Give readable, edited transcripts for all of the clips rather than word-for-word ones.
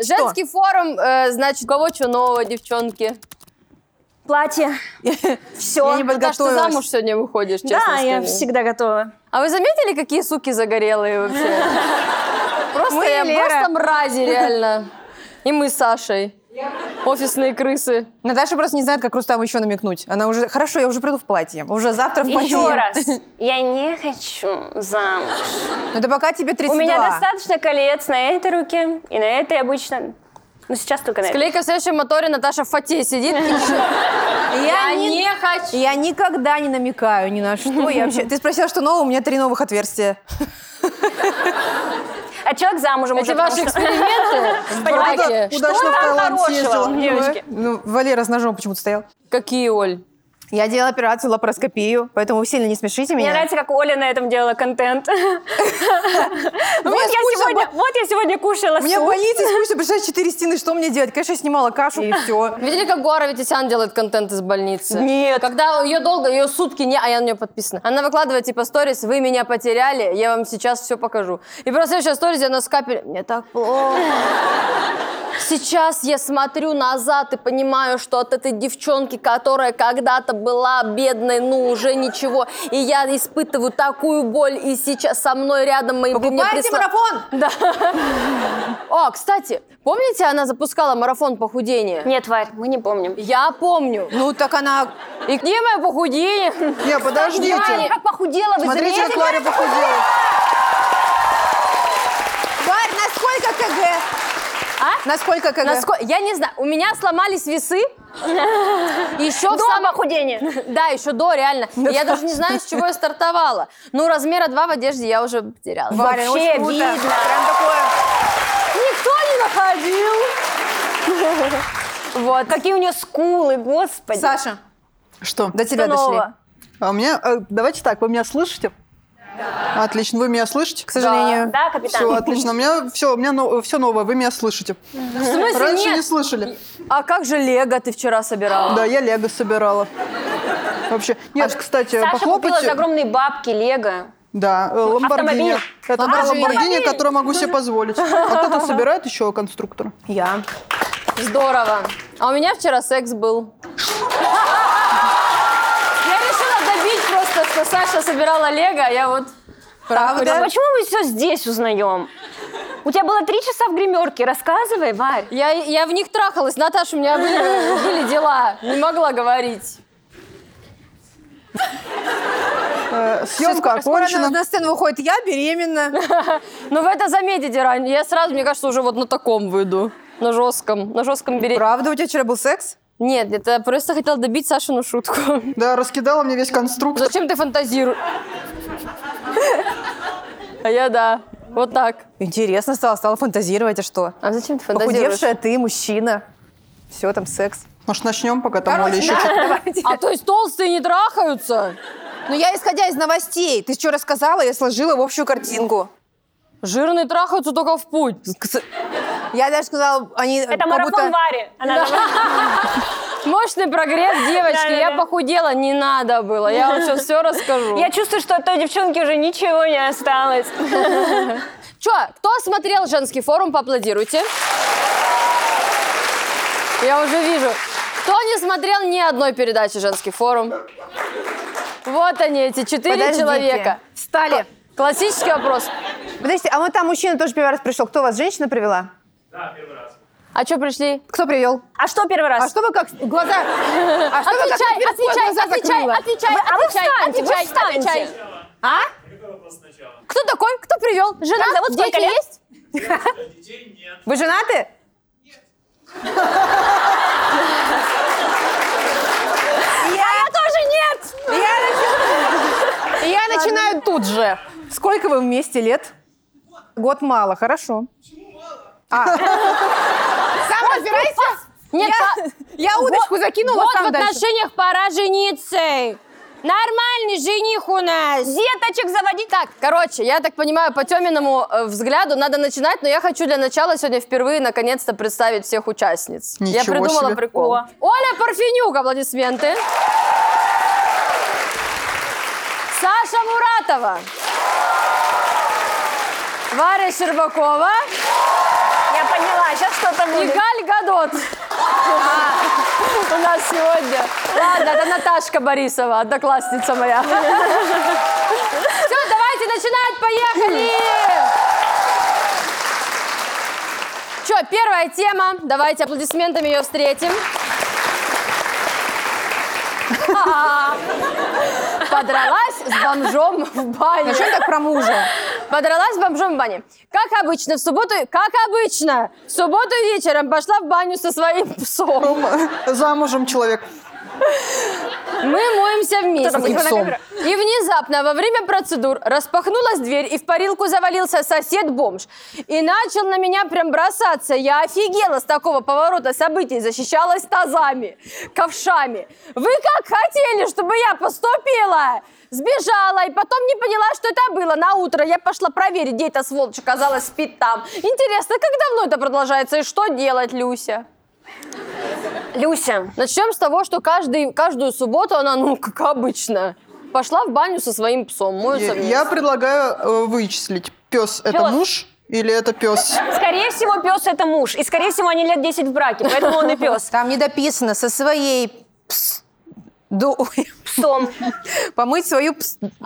Женский форум, значит, у кого что нового, девчонки? Платье. Все. Я не подготовилась. Ты замуж сегодня выходишь, честно Да, скажу. я всегда готова. А вы заметили, какие суки загорелые вообще? Просто мрази, реально. И мы с Сашей. Офисные крысы. Наташа просто не знает, как Рустаму еще намекнуть. Она уже, хорошо, я уже приду в платье. Уже завтра в платье. Еще раз. Я не хочу замуж. Ну да пока тебе 32. У меня достаточно колец на этой руке и на этой обычно. Ну сейчас только на этой. Склейка в следующем моторе, Наташа в фате сидит. Я не хочу. Я никогда не намекаю ни на что. Я вообще... Ты спросила, что нового? У меня 3 новых отверстия. А человек замужем уже. Это ваши эксперименты в браке? Удачно в Таиланд съездила. Девочки. Ну, Валера с ножом почему-то стоял. Какие, Оль? Я делала операцию, лапароскопию, поэтому вы сильно не смешите меня. Мне нравится, как Оля на этом делала контент. Вот я сегодня кушала Мне в суп. больнице скучно, представляешь, 4 стены, что мне делать? Конечно, я снимала кашу и все. Видели, как Гора Ветисян делает контент из больницы? Нет. Когда ее долго, ее сутки не... А я на нее подписана. Она выкладывает, типа, сторис, вы меня потеряли, я вам сейчас все покажу. И просто следующая сторис, она с капель... Мне так плохо. Сейчас я смотрю назад и понимаю, что от этой девчонки, которая когда-то была бедной, ну уже ничего, и я испытываю такую боль, и сейчас со мной рядом мои... Покупайте марафон! Да. О, кстати, помните, она запускала марафон похудения? Нет, Варь, мы не помним. Я помню. Ну, так она... И где мое похудение? Не, подождите. Варя, как похудела, вы Смотрите, как заметили? Варя похудела. Варь, на сколько КГ? А? На сколько КГ? Я не знаю, у меня сломались весы. Еще До похудения. Да, еще до, реально. Я даже не знаю, с чего я стартовала. Ну, размера 2 в одежде я уже потеряла. Варя, Вообще очень круто. видно. Прям такое... Никто не находил. Вот, какие у нее скулы, господи. Саша, Что? до тебя Что дошли. нового? А у меня... давайте так, вы меня слышите? Да. Отлично, вы меня слышите? К сожалению. Да, капитан. Все, отлично. У меня все новое, вы меня слышите. В смысле, Раньше нет? не слышали. А как же Лего ты вчера собирала? Да, я Лего собирала. Вообще. Нет, кстати, Саша купила похлопайте. за огромные бабки Лего. Да, Ламборгини. Автомобиль. Это Ламборгини, который могу себе позволить. А кто-то собирает еще конструктора. Я. Здорово. А у меня вчера секс был. Я решила добить просто, что Саша собирала Лего, а я вот... Правда? А почему мы все здесь узнаем? У тебя было 3 часа в гримерке. Рассказывай, Варь. Я в них трахалась, Наташа, у меня были дела, не могла говорить. Съемка Скоро окончена. на сцену выходит «Я беременна». Ну вы это заметите ранее, я сразу, мне кажется, уже вот на таком выйду, на жестком беременна. Правда, у тебя вчера был секс? Нет, это просто хотела добить Сашину шутку. Да, раскидала мне весь конструктор. Зачем ты фантазируешь? А я да, вот так. Интересно стала фантазировать, а что? А зачем ты фантазируешь? Похудевшая ты, мужчина. Все, там секс. Может, начнем, пока там Оля еще что-то... давайте. А то есть толстые не трахаются? Ну, я исходя из новостей. Ты что рассказала, я сложила в общую картинку. Жирные трахаются только в путь. Я даже сказала, они Это как марафон будто... Вари. Она Мощный прогресс, девочки. Да-да-да. Я похудела, не надо было. Я вам сейчас все расскажу. Я чувствую, что от той девчонки уже ничего не осталось. Че, кто смотрел женский форум, поаплодируйте. Я уже вижу. Кто не смотрел ни одной передачи «Женский форум»? Вот они, эти 4 Подождите. человека. Встали. Классический вопрос. Подождите, а вот там мужчина тоже первый раз пришел. Кто вас, женщина привела? А что пришли? Кто привел? А что первый раз? А что вы как глаза... А что вы как Отвечай, на Тверской глаза закрыла? отвечай. А? Кто такой? Кто привел? Жена? Как зовут? Сколько Дети лет? есть? Детей нет. Вы женаты? Я тоже нет! Я начинаю тут же. Сколько вы вместе лет? Год мало, хорошо. Сам разбирайся. Нет, Я удочку закинула, вот в сам дальше. отношениях пора жениться. Нормальный жених у нас. Деточек заводить. Так, короче, я так понимаю, по Тёминому взгляду надо начинать, но я хочу для начала сегодня впервые наконец-то представить всех участниц. Я Ничего придумала себе. прикол. О. Оля Парфенюк, аплодисменты. Саша Муратова. Варя Щербакова. Я поняла, сейчас что-то будет. Галь Гадот. У нас сегодня. Ладно, это Наташка Борисова, одноклассница моя. Все, давайте начинать, поехали! Что, первая тема. Давайте аплодисментами ее встретим. Подралась с бомжом в бане. Зачем так про мужа? Подралась с бомжом в бане. Как обычно, в субботу вечером пошла в баню со своим псом. Замужем человек. Мы моемся вместе. И псом. И внезапно во время процедур распахнулась дверь, и в парилку завалился сосед-бомж. И начал на меня прям бросаться. Я офигела с такого поворота событий, защищалась тазами, ковшами. Вы как хотели, чтобы я поступила? Сбежала, и потом не поняла, что это было. На утро я пошла проверить, где эта сволочь оказалась, спит там. Интересно, как давно это продолжается, и что делать, Люся? Люся, Начнем с того, что каждую субботу она, как обычно, пошла в баню со своим псом, моются вместе. Я предлагаю вычислить, пес это Пёс. муж или это пес? скорее всего, пес это муж. И, скорее всего, они лет 10 в браке, поэтому он и пес. Там не дописано со своей Псом. помыть свою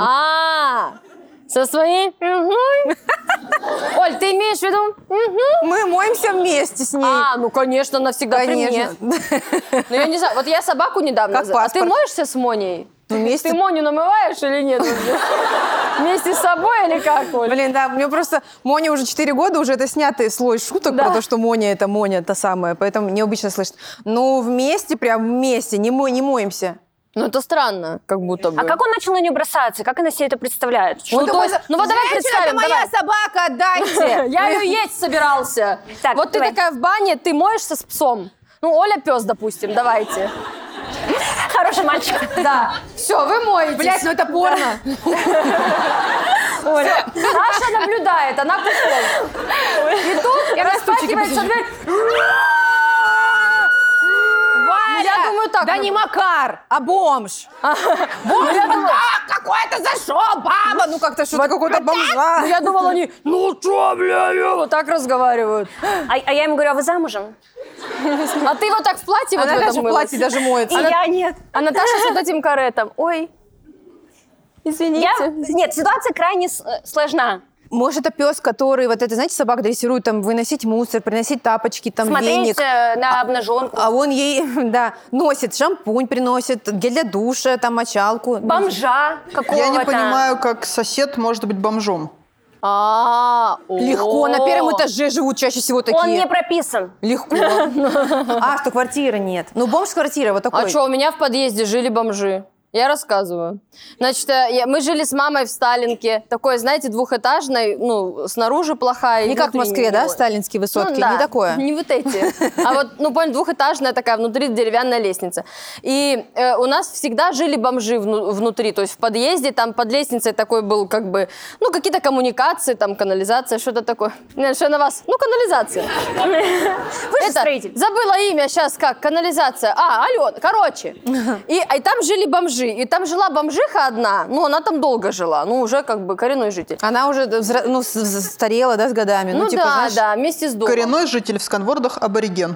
Со своей... Оль, ты имеешь в виду? Мы моемся вместе с ней. Ну, конечно, навсегда при мне. Конечно. Ну, я не знаю, вот я собаку недавно... Как А ты паспорт. моешься с Моней? Вместе. Ты Моню намываешь или нет? Вместе с собой или как, Оль? Блин, да, мне просто Моня уже 4 года, уже это снятый слой шуток Да. про то, что Моня та самая, поэтому необычно слышать. Ну, вместе, прям вместе, не моемся. Ну, это странно, как будто бы. А как он начал на нее бросаться? Как она себе это представляет? Ну, то есть, ну вот давай представим, это моя давай. собака, отдайте. Я ее есть собирался. Так, Вот давай. ты такая в бане, ты моешься с псом. Ну, Оля пес, допустим, давайте. Хороший мальчик. Да. Все, вы моетесь. Блять, ну это порно. Оля. Саша наблюдает, она кукол. И тут распахивается дверь. Варя, я думаю так, да ну- не Макар, а бомж. Ну, я думала, Какой-то зашел, баба. Ну как-то что-то какой-то бомжа. ну, я думала, они, ну что, бля, вот так разговаривают. А я ему говорю, а вы замужем? А ты вот так в платье вот в Она этом даже в мылась? платье даже моется. И я нет. А Наташа с вот этим каретом. Ой, извините. Нет, ситуация крайне сложна. Может, это пес, который, вот это, знаете, собак дрессируют, там, выносить мусор, приносить тапочки, там, Смотреть веник. на обнаженку. А он ей, да, носит шампунь, приносит, гель для душа, там, мочалку. Бомжа какого-то. Я не понимаю, как сосед может быть бомжом. Легко, на первом этаже живут чаще всего такие. Он не прописан. Легко. А, что квартиры нет. Ну, бомж-квартира вот такой. А что, у меня в подъезде жили бомжи. Я рассказываю. Значит, мы жили с мамой в Сталинке. Такой, знаете, двухэтажной, ну, снаружи плохая. Не и как в внутри Москве, да, не- сталинские высотки? Ну, да, Не такое? Не вот эти. А вот, ну, понял, двухэтажная такая, внутри деревянная лестница. И у нас всегда жили бомжи внутри, то есть в подъезде, там под лестницей такой был, как бы, ну, какие-то коммуникации, там, канализация, что-то такое. Нет, что на вас? Ну, канализация. Вы же строитель. Забыла имя сейчас как, канализация. Алена, короче. И там жили бомжи. И там жила бомжиха одна, ну, она там долго жила, ну, уже как бы коренной житель. Она уже старела, да, с годами? Ну, типа, да, знаешь, да, вместе с домом. Коренной житель в Сканвордах абориген.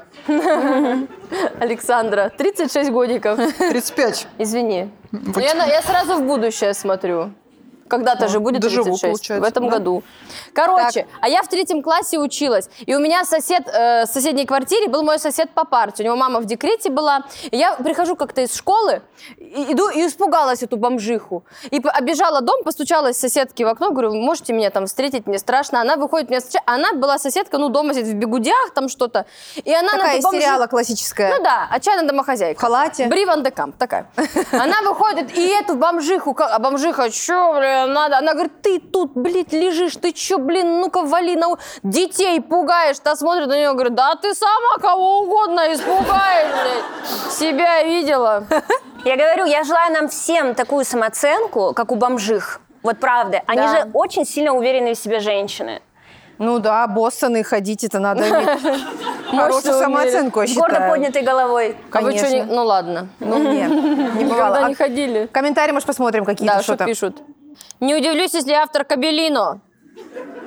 Александра, 36 годиков. 35. Извини. Но я сразу в будущее смотрю. Когда-то же будет доживу, 36, получается, в этом да? году. Короче, а я в 3 классе училась, и у меня сосед в соседней квартире был мой сосед по парте. У него мама в декрете была. И я прихожу как-то из школы, иду и испугалась эту бомжиху. И обежала дом, постучалась соседке в окно, говорю, можете меня там встретить, мне страшно. Она выходит, меня встречает. Она была соседка, ну, дома сидит в бегудях, там что-то. И она такая на из эту сериала классическая. Ну да, отчаянная домохозяйка. В халате. Бри Ван де Камп, такая. Она выходит, и эту бомжиху, а бомжиха, что, блин, надо? Она говорит, ты тут, блядь, лежишь, ты что, блин, ну-ка вали, детей пугаешь. Та смотрит на нее, говорит, да ты сама кого угодно испугаешь, блядь. Себя видела. Я говорю, я желаю нам всем такую самооценку, как у бомжих. Вот правда. Они Да. же очень сильно уверенные в себе женщины. Ну да, боссаны ходить, это надо иметь хорошую самооценку, я Гордо считаю. поднятой головой. А вы что, Конечно. ну ладно. Ну, нет, не бывало. Никогда А не ходили. комментарии, может, посмотрим какие-то, Да, что что-то. пишут. Не удивлюсь, если автор Кабелино.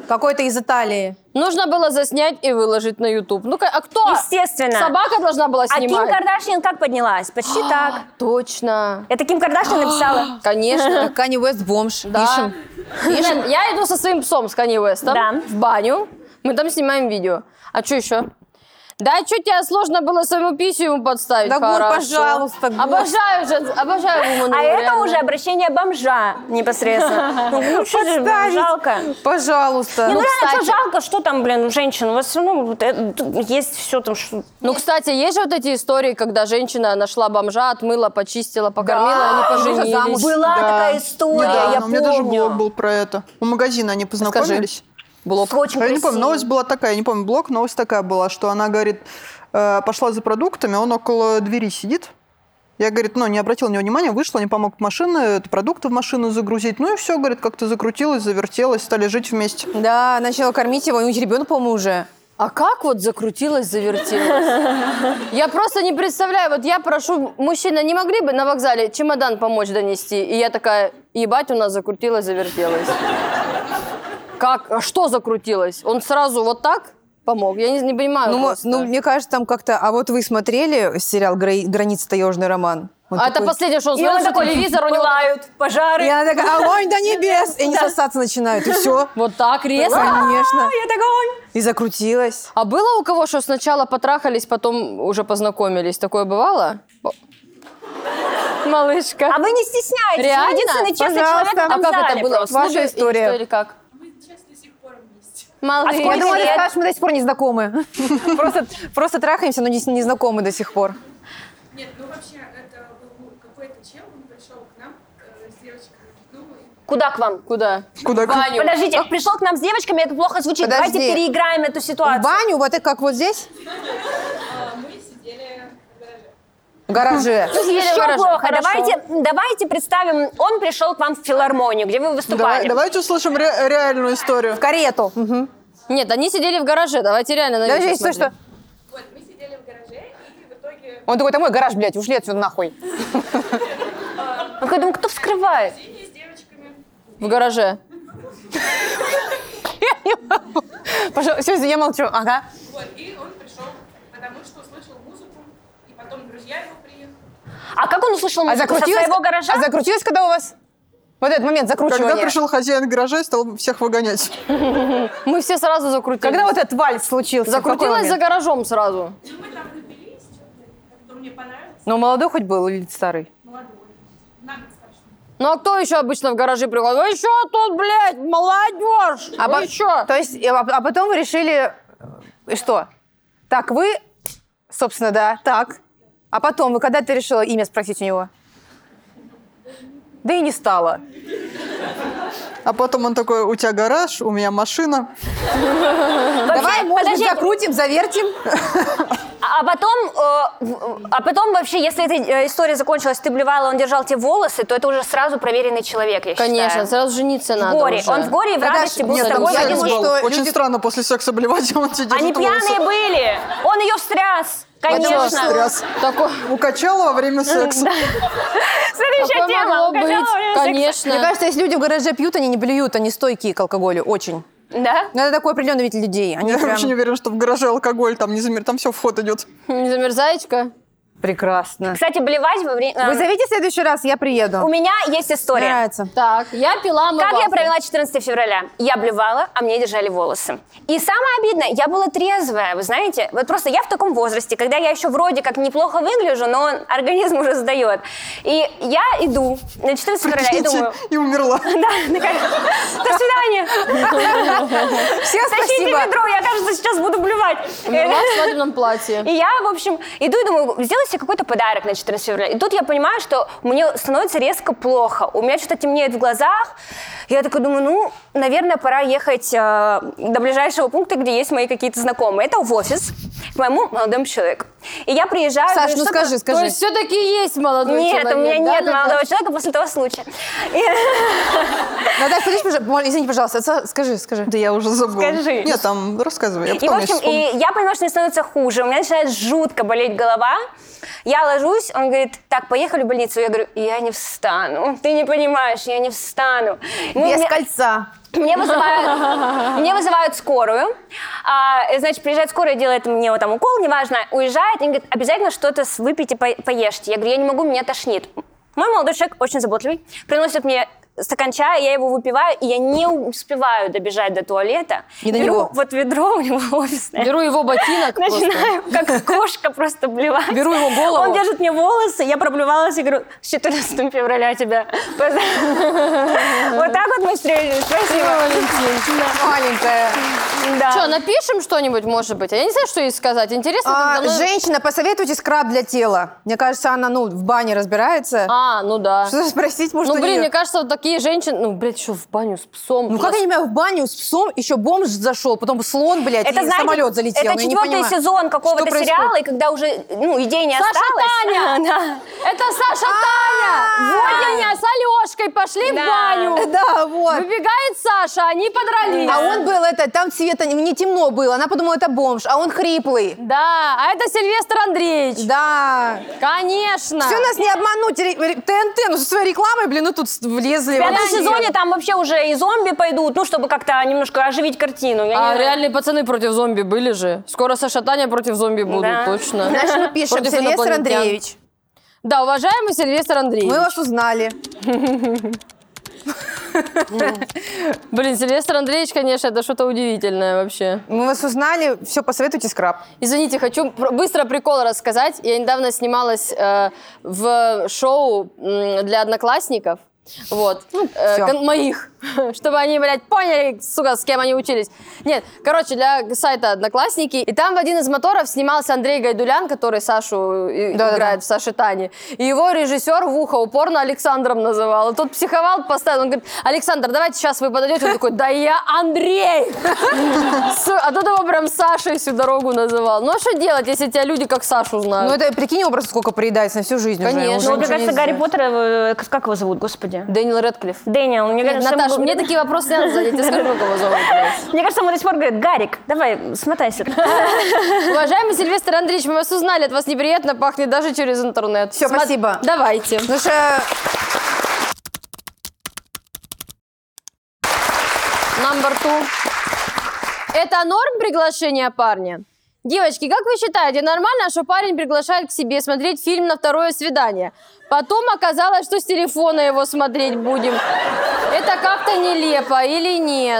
Какой-то из Италии. Нужно было заснять и выложить на YouTube. Ну-ка, а кто? Естественно. Собака должна была А Ким снимать. Кардашьян как поднялась? Почти так. Точно. Это Ким Кардашьян написала. Конечно. Канье Уэст бомж. Да. Пишем. Нет, я иду со своим псом, с Канье Уэстом, Да. в баню. Мы там снимаем видео. А что еще? Да, что тебе сложно было своему писю ему подставить? Да, Гуль, Хорошо. пожалуйста, Гуль. Обожаю Woman А Who это реально. уже обращение бомжа непосредственно. Ну, что же, жалко. Пожалуйста. Не, ну реально, кстати. что жалко, что там, блин, у женщин? У вас все равно вот тут есть все там, что... Ну, кстати, есть же вот эти истории, когда женщина нашла бомжа, отмыла, почистила, покормила, они поженились. замуж. Была такая история, Недавно. я У меня даже помню. блог был про это. У магазина они познакомились. Блок. Очень Я не помню, красиво. новость была такая, я не помню, блог, новость такая была, что она, говорит, пошла за продуктами, он около двери сидит. Я, говорит, не обратил на него внимания, вышла, не помог машины, продукты в машину загрузить. Ну и все, говорит, как-то закрутилась, завертелась, стали жить вместе. Да, начала кормить его, у них ребенок, по-моему, уже. А как вот закрутилась, завертелась? Я просто не представляю. Вот я прошу, мужчина, не могли бы на вокзале чемодан помочь донести? И я такая, ебать, у нас закрутилась, завертелась. Как? А что закрутилось? Он сразу вот так помог? Я не понимаю просто. Мне кажется, там как-то... А вот вы смотрели сериал «Граница таежный роман»? Он А это такой- последнее, что он И он смотрит, что такой, телевизор у него... пылают пожары. И она такая, огонь до небес! И они сосаться начинают, и все. Вот так резко. Конечно. Я такой... И закрутилась. А было у кого, что сначала потрахались, потом уже познакомились? Такое бывало? Малышка. А вы не стесняйтесь, Реально? вы единственный честный Пожалуйста. человек в этом А как это зале было? просто. Ваша Слуга история. или как? Мы сейчас до сих пор вместе. Малыш. сколько Я думала, ты лет? скажешь, мы до сих пор не знакомы. Просто трахаемся, но не знакомы до сих пор. Нет, ну вообще, это был какой-то чел, он пришел к нам с девочками. Ну, и Куда к вам? Куда? Куда? В баню. Подождите, пришел к нам с девочками, это плохо звучит. Подожди. Давайте переиграем эту В ситуацию. баню, вот это как вот здесь, мы сидели в гараже. в гараже. Еще Хорошо, плохо. хорошо. Давайте представим, он пришел к вам в филармонию, где вы выступали. Давайте услышим реальную историю. В карету. Мгм. Нет, они сидели в гараже. Давайте реально на Даже вещи есть то, смотрим. что... Вот, мы сидели в гараже, и в итоге Он такой, это мой гараж, блядь, ушли отсюда нахуй. Я думаю, кто вскрывает? сидели с девочками. В гараже. Пожалуйста, все, я молчу. Ага. Вот, и он пришел, потому что услышал музыку, и потом друзья его приехали. А как он услышал А музыку со закрутилась? своего гаража? А закрутилась, когда у вас? Вот этот момент закручивания. Когда пришел хозяин гаража и стал всех выгонять. Мы все сразу закрутились. Когда вот этот вальс случился? в какой Закрутилась за момент? гаражом сразу. Ну, мы там напились, что-то, как-то мне понравилось, Ну, молодой хоть был или старый? молодой, на год старше. Ну а кто еще обычно в гаражи приходит? Вы что тут, блядь, молодежь? Вы что? То есть, а потом вы решили, что? Так, вы, собственно, да, так. А потом, вы когда ты решила имя спросить у него? Да и не стало. А потом он такой, у тебя гараж, у меня машина. Давай, может быть, подождите. закрутим, завертим. А потом вообще, если эта история закончилась, ты блевала, он держал тебе волосы, то это уже сразу проверенный человек, я Конечно, считаю. сразу жениться В надо горе. уже. Он в горе и в Когда радости ж- был нет, с там тобой в я один думаю, день. что Очень люди- странно после секса обливать, а он тебе Они держит волосы. пьяные были. Он ее встряс. Конечно. Стряс. Такое, Укачал во время секса. Следующая такое тема. могло Укачала быть, во время секса. конечно. Мне кажется, если люди в гараже пьют, они не блюют, они стойкие к алкоголю, очень. Да? Ну, это такой определенный вид людей. Они Я прям вообще не уверен, что в гараже алкоголь, там не замер, там все в ход идет. Не замерзаечка? прекрасно. Кстати, блевать во время... Вы зовите в следующий раз, я приеду. У меня есть Мне история. нравится. Так, я пила Как я мывалку. провела 14 февраля? Я блевала, а мне держали волосы. И самое обидное, я была трезвая, вы знаете. Вот просто я в таком возрасте, когда я еще вроде как неплохо выгляжу, но организм уже сдает. И я иду на 14 февраля и думаю... И умерла. Да, такая, до свидания. Всем Тащите спасибо. ведро, я, кажется, сейчас буду блевать. Умерла в свадебном платье. И я, в общем, иду и думаю, сделай себе какой-то подарок на 14 февраля. И тут я понимаю, что мне становится резко плохо. У меня что-то темнеет в глазах. Я такая думаю, ну, наверное, пора ехать до ближайшего пункта, где есть мои какие-то знакомые. Это в офис к моему молодому человеку. И я приезжаю... Саш, говорю, ну что-то- скажи, То скажи. есть все-таки есть молодой Нет, человек, у меня да, нет Наташа? молодого человека после того случая. Наташа, подожди, пожалуйста, извините, пожалуйста, скажи. Да я уже забыла. Скажи. Нет, там рассказывай. Я И, в потом общем, вспомню. и я понимаю, что мне становится хуже. У меня начинает жутко болеть голова. Я ложусь, он говорит, так, поехали в больницу. Я говорю, я не встану. Ты не понимаешь, я не встану. Ну, Без у меня- кольца. Мне вызывают скорую. Значит, приезжает скорая, делает мне вот там укол, неважно, уезжает, и говорит, обязательно что-то выпейте, поешьте. Я говорю, я не могу, меня тошнит. Мой молодой человек, очень заботливый, приносит мне стакан чая, я его выпиваю, и я не успеваю добежать до туалета. И до беру него. вот ведро у него офисное. Беру его ботинок Начинаю, как кошка, просто блевать. Беру его голову. Он держит мне волосы, я проблевалась и говорю, с 14 февраля тебя. Вот так вот мы встретились. Спасибо. Маленькая. Да. Что, напишем что-нибудь, может быть? А я не знаю, что ей сказать. Интересно, как давно- Женщина, посоветуйте скраб для тела. Мне кажется, она, в бане разбирается. Ну да. Что спросить, может, Ну, у блин, неё- мне кажется, вот такие женщины... блядь, что, в баню с псом? Ну, как я не понимаю, в баню с псом еще бомж зашел, потом слон, блядь, Это, и знаете, самолет залетел. это Ну, я не 4-й понимаю, сезон какого-то что происходит. сериала, и когда уже идей не Саша осталось. Таня! Да. Это Саша Таня! Вот они с Алешкой пошли в Да. баню. Да, вот. Выбегает Саша, они подрались. А он был, там цвета не темно было, она подумала, это бомж, а он хриплый. Да, а это Сильвестр Андреевич. Да. Конечно. Все нас не обмануть. ТНТ, со своей рекламой, блин, тут влезли. В 5-м вообще. сезоне там вообще уже и зомби пойдут, чтобы как-то немножко оживить картину. Я не знаю. Реальные пацаны против зомби были же. Скоро Саша Таня против зомби будут, Да. точно. Значит, мы пишем, Против Сильвестр инопланетян. Андреевич, Да, уважаемый Сильвестр Андреевич. мы вас узнали. Блин, Сильвестр Андреевич, конечно, это что-то удивительное вообще. Мы вас узнали, все, посоветуйте скраб. Извините, хочу быстро прикол рассказать. Я недавно снималась в шоу для одноклассников. Вот. Всё. Моих. Чтобы они, блядь, поняли, сука, с кем они учились. Нет, короче, для сайта «Одноклассники». И там в один из моторов снимался Андрей Гайдулян, который Сашу играет в «Саше Тане». И его режиссер в ухо упорно Александром называл. И тот психовал постоянно. Он говорит, Александр, давайте сейчас вы подойдете. Он такой, да я Андрей! А тот его прям Сашей всю дорогу называл. Ну а что делать, если тебя люди как Сашу знают? Ну, это, прикинь, образ сколько приедается на всю жизнь уже. Конечно. Уже Ну, мне ничего кажется, нельзя. Гарри Поттер, как его зовут, господи? Дэниел Рэдклифф. Дэниел, мне кажется, Наташа, ему- мне такие вопросы не надо задать. Я скажу, как его зовут. блядь. Мне кажется, ему до сих пор говорят, Гарик, давай, смотайся. Уважаемый Сильвестр Андреевич, мы вас узнали, от вас неприятно пахнет даже через интернет. Всё, спасибо. Давайте. Потому что Number 2. Это норм приглашение парня? Девочки, как вы считаете, нормально, что парень приглашает к себе смотреть фильм на второе свидание? Потом оказалось, что с телефона его смотреть будем. Это как-то нелепо или нет?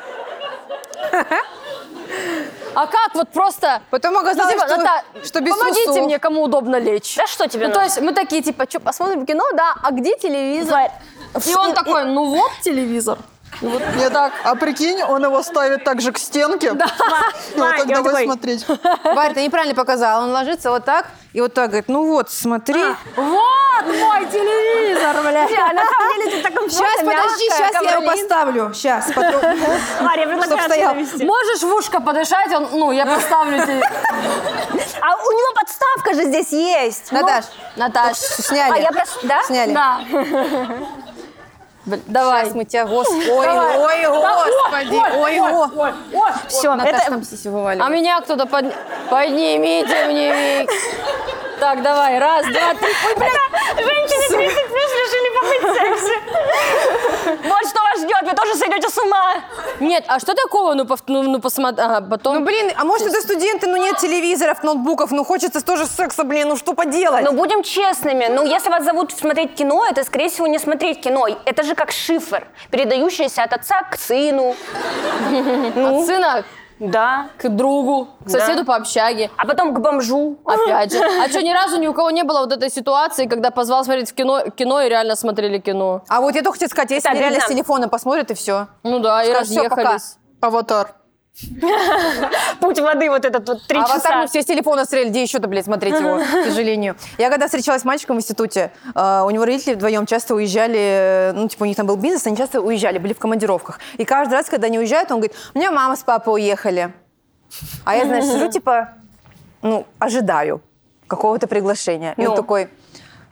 А как вот просто... потом оказалось, Ну, типа, что без помогите трусов. мне, кому удобно лечь. Да что тебе Ну, то надо? есть мы такие, типа, что, посмотрим кино? Да, а где телевизор? И он такой, ну вот телевизор. И вот Нет, так. а прикинь, он его ставит также к стенке. Ну, Вань, так я давай такой, смотреть. Варь, ты неправильно показала. Он ложится вот так и вот так говорит, ну вот, смотри. Вот мой телевизор, бля. А на самом деле это так Сейчас, подожди, сейчас я его поставлю. Сейчас, потом. Мария, Чтоб предлагаю стоял. отсюда вести. Можешь в ушко подышать? Он, ну, я поставлю тебе. А у него подставка же здесь есть. Наташ, Наташ. сняли. А я просто... Да? Сняли. Да. Блин, давай. Сейчас мы тебя, господи, ой, господи, ой, Все, Наташ, это... там сиси А вываливает. меня кто-то поднимите мне. Так, давай, раз, два, три. Ой, блядь. Женщины 30 плюс решили побыть в сексе. Вот что вас ждет, вы тоже сойдете с ума. Нет, а что такого? Ну посмотри. Ага, потом. Ну, блин, а может, это студенты, ну, нет телевизоров, ноутбуков, ну, хочется тоже секса, блин, ну, что поделать? Но будем честными, ну если вас зовут смотреть кино, это, скорее всего, не смотреть кино. Это же как шифр, передающийся от отца к сыну. От сына Да. к другу, к соседу по общаге. А потом к бомжу. Опять же. А что, ни разу ни у кого не было вот этой ситуации, когда позвал смотреть кино и реально смотрели кино? А вот я только хотела сказать, если Да, они реально с видно. телефона посмотрят, и все. Ну да, и Скажешь, всё, пока. разъехались. Аватар. Путь воды вот этот вот 3 Аватар часа. мы все с телефона смотрели, где еще-то, блядь, смотреть его, к сожалению. Я когда встречалась с мальчиком в институте, у него родители вдвоем часто уезжали, ну, типа, у них там был бизнес, они часто уезжали, были в командировках. И каждый раз, когда они уезжают, он говорит, у меня мама с папой уехали. А я, знаешь, сижу, типа, ну, ожидаю какого-то приглашения. И он Ну. такой,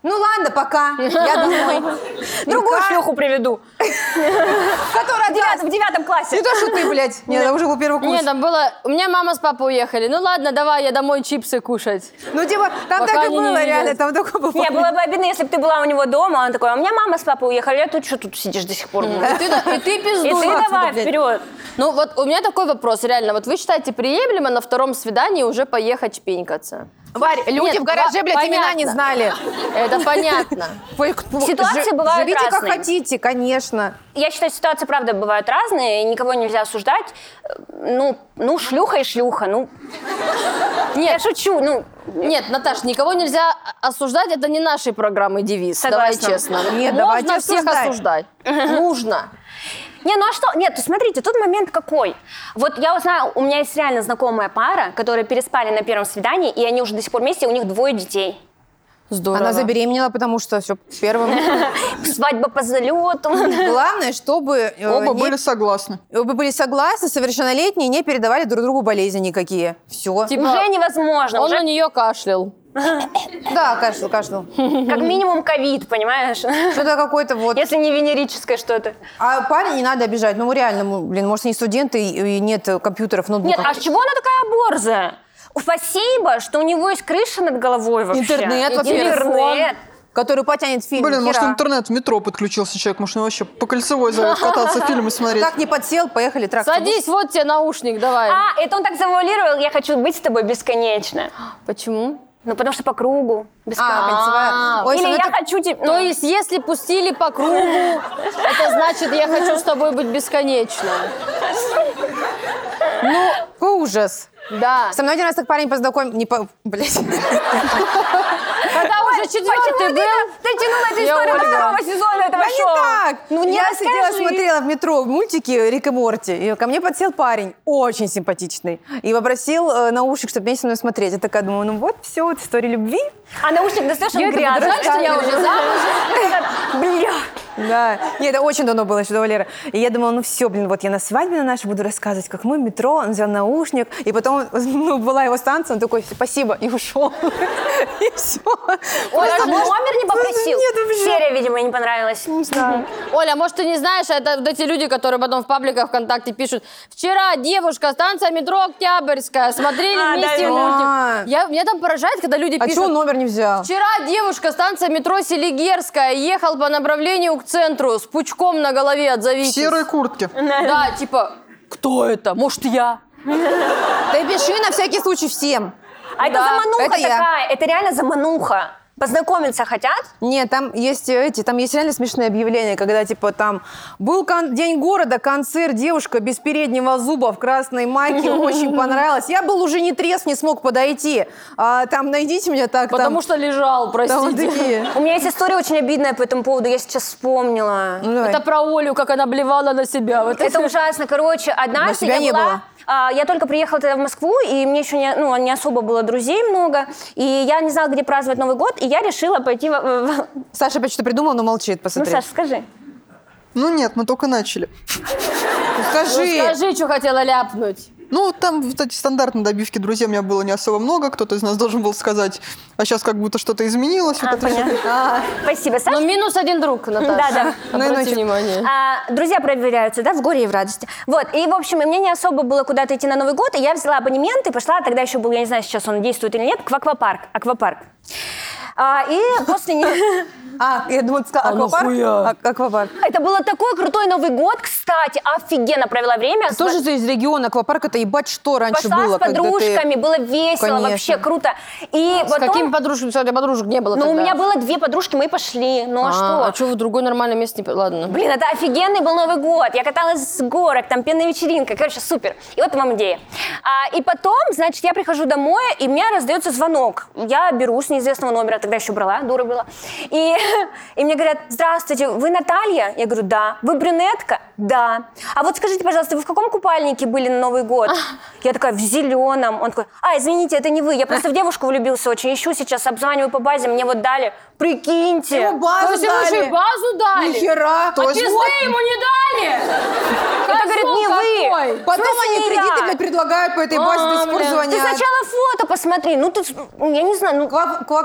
Ну ладно, пока. Я домой. Другую Илька, шлюху приведу. которая В 9 классе. Не то, что ты, блядь. Нет, она уже был первый курс. Нет, там было... У меня мама с папой уехали. Ну ладно, давай, я домой чипсы кушать. Ну, типа, там Пока так и они не было, видят. реально. Там такой был... Не, было бы обидно, если бы ты была у него дома, он такой, а у меня мама с папой уехали, а ты что тут сидишь до сих пор? И ты пиздуй. И ты отсюда, давай, блядь. вперед. Ну вот у меня такой вопрос, реально. Вот вы считаете приемлемо на втором свидании уже поехать шпинькаться? Варь, люди Нет, в гараже, блядь, имена понятно. не знали. Это понятно. Ситуации бывают Живите как разные. хотите, конечно. Я считаю, ситуации, правда, бывают разные, и никого нельзя осуждать. Ну, шлюха и шлюха, ну... Я шучу, ну... Нет, Наташ, никого нельзя осуждать, это не нашей программы девиз. Согласна. Давай честно. Нет, Можно давайте всех осуждать. осуждать. Нужно. Не, ну а что? Нет, смотрите, тут момент какой. Вот я узнаю, у меня есть реально знакомая пара, которые переспали на первом свидании, и они уже до сих пор вместе, у них 2 детей. Здорово. Она забеременела, потому что все первым. Свадьба по залету. Главное, чтобы Оба были согласны. оба были согласны, совершеннолетние, не передавали друг другу болезни никакие. Все. Типа, Уже невозможно, он уже на нее кашлял. Да, кашлял. как минимум ковид, понимаешь? Что-то какое-то вот. Если не венерическое что-то. А парень не надо обижать. Ну, реально, блин, может, не студенты и нет компьютеров, Нет, ноутбуков. а с чего она такая борзая? Спасибо, что у него есть крыша над головой вообще. Интернет, во-первых. Интернет. Который потянет фильм. Блин, может, Хера. интернет в метро подключился человек, может, он вообще по Кольцевой зовет кататься, фильмы смотреть. Как не подсел, поехали трактор. Садись, вот тебе наушник, давай. А, это он так завуалировал, я хочу быть с тобой бесконечно. Почему? Ну, потому что по кругу. кольцевая. Ой, Или ну я это- хочу тебя... То есть, если пустили по кругу, это значит, я хочу с тобой быть бесконечно. Какой ужас. Да. Со мной один раз так парень познакомился. Не по... Блять. Когда уже четвертый был, Ты тянула эту Я историю до Ольга. 2-го сезона этого Да не шоу. так. Ну, не я сидела, расскажи. смотрела в метро мультики Рик и Морти. И ко мне подсел парень, очень симпатичный. И попросил наушник, чтобы вместе со мной смотреть. Я такая думаю, ну вот, все, вот история любви. А наушник достаешь, он это грязный. подросток. что я уже замужем. Бля. Да. Нет, это очень давно было, еще до Валеры. И я думала, ну все, блин, вот я на свадьбе на нашей буду рассказывать, как мы в метро, он взял наушник, и потом, ну, была его станция, он такой, спасибо, и ушел. И все. Ой, даже номер не попросил? Нет, вообще. Серия, видимо, не понравилась. Не знаю. Оля, может, ты не знаешь, это вот эти люди, которые потом в пабликах ВКонтакте пишут: вчера девушка, станция метро Октябрьская, смотрели А, вместе да, мультик. Меня там поражает, когда люди А чего он пишут: номер не взял? вчера девушка, станция метро Селигерская, ехал по направлению к центру с пучком на голове, В отзовитесь. серой куртке. Да, типа, кто это? Может, я? Да пиши на всякий случай всем. А это Да, замануха это я. такая, это реально замануха. Познакомиться хотят? Нет, там есть реально смешные объявления, когда типа там был День города, концерт, девушка без переднего зуба в красной майке, очень понравилось. Я был уже не трезв, не смог подойти. А, там найдите меня так. Потому что лежал, там вот простите. такие. У меня есть история очень обидная по этому поводу, я сейчас вспомнила. Ну, давай. Это про Олю, как она блевала на себя. Вот Это ужасно. Короче, однажды себя я не была... было. Я только приехала тогда в Москву, и мне еще не особо было друзей много, и я не знала, где праздновать Новый год, и я решила пойти Саша опять что-то придумал, но молчит, Ну, посмотри. Саша, скажи. Ну нет, мы только начали. Скажи. Скажи, что хотела ляпнуть. Ну, там вот эти стандартные добивки друзей у меня было не особо много. Кто-то из нас должен был сказать, а сейчас как будто что-то изменилось. Вот это всё. Понятно. Спасибо, Саша. Ну, минус один друг, Наташа. Да. Ну и Обрати ночью. внимание. Друзья проверяются, да, в горе и в радости. Вот, и, в общем, и мне не особо было куда-то идти на Новый год, и я взяла абонемент и пошла, тогда еще был, я не знаю, сейчас он действует или нет, в аквапарк. И после него... Я думала, ты сказала аквапарк. нахуя? Аквапарк. Это было такой крутой Новый год, кстати, офигенно провела время. Тоже ты из региона, аквапарк это ебать что раньше Пошла было. с подружками, было весело, Конечно. вообще круто. И С потом... какими подружками? Кстати, подружек не было Ну, у тогда. меня было 2 подружки, мы пошли. Ну, а что? А что вы в другое нормальное место не... Ладно. Блин, это офигенный был Новый год. Я каталась с горок, там пенная вечеринка. Короче, супер. И вот вам идея. И потом, значит, я прихожу домой, и у меня раздается звонок. Я беру с неизвестного номера, тогда еще брала, дура была. И мне говорят: здравствуйте, вы Наталья? Я говорю: да. Вы брюнетка? Да. А вот скажите, пожалуйста, вы в каком купальнике были на Новый год? Я такая: в зеленом. Он такой: извините, это не вы. Я просто в девушку влюбился очень. Ищу сейчас, обзваниваю по базе, мне вот дали. Прикиньте. Ему базу То есть ему еще и дали. базу дали? Нихера. А пизды ему не дали? Это, говорит, не вы. Потом В смысле, они не кредиты, я? блядь, предлагают по этой базе, до сих пор блин. звонят. Ты сначала фото посмотри. Ну, ты, я не знаю, ну... Как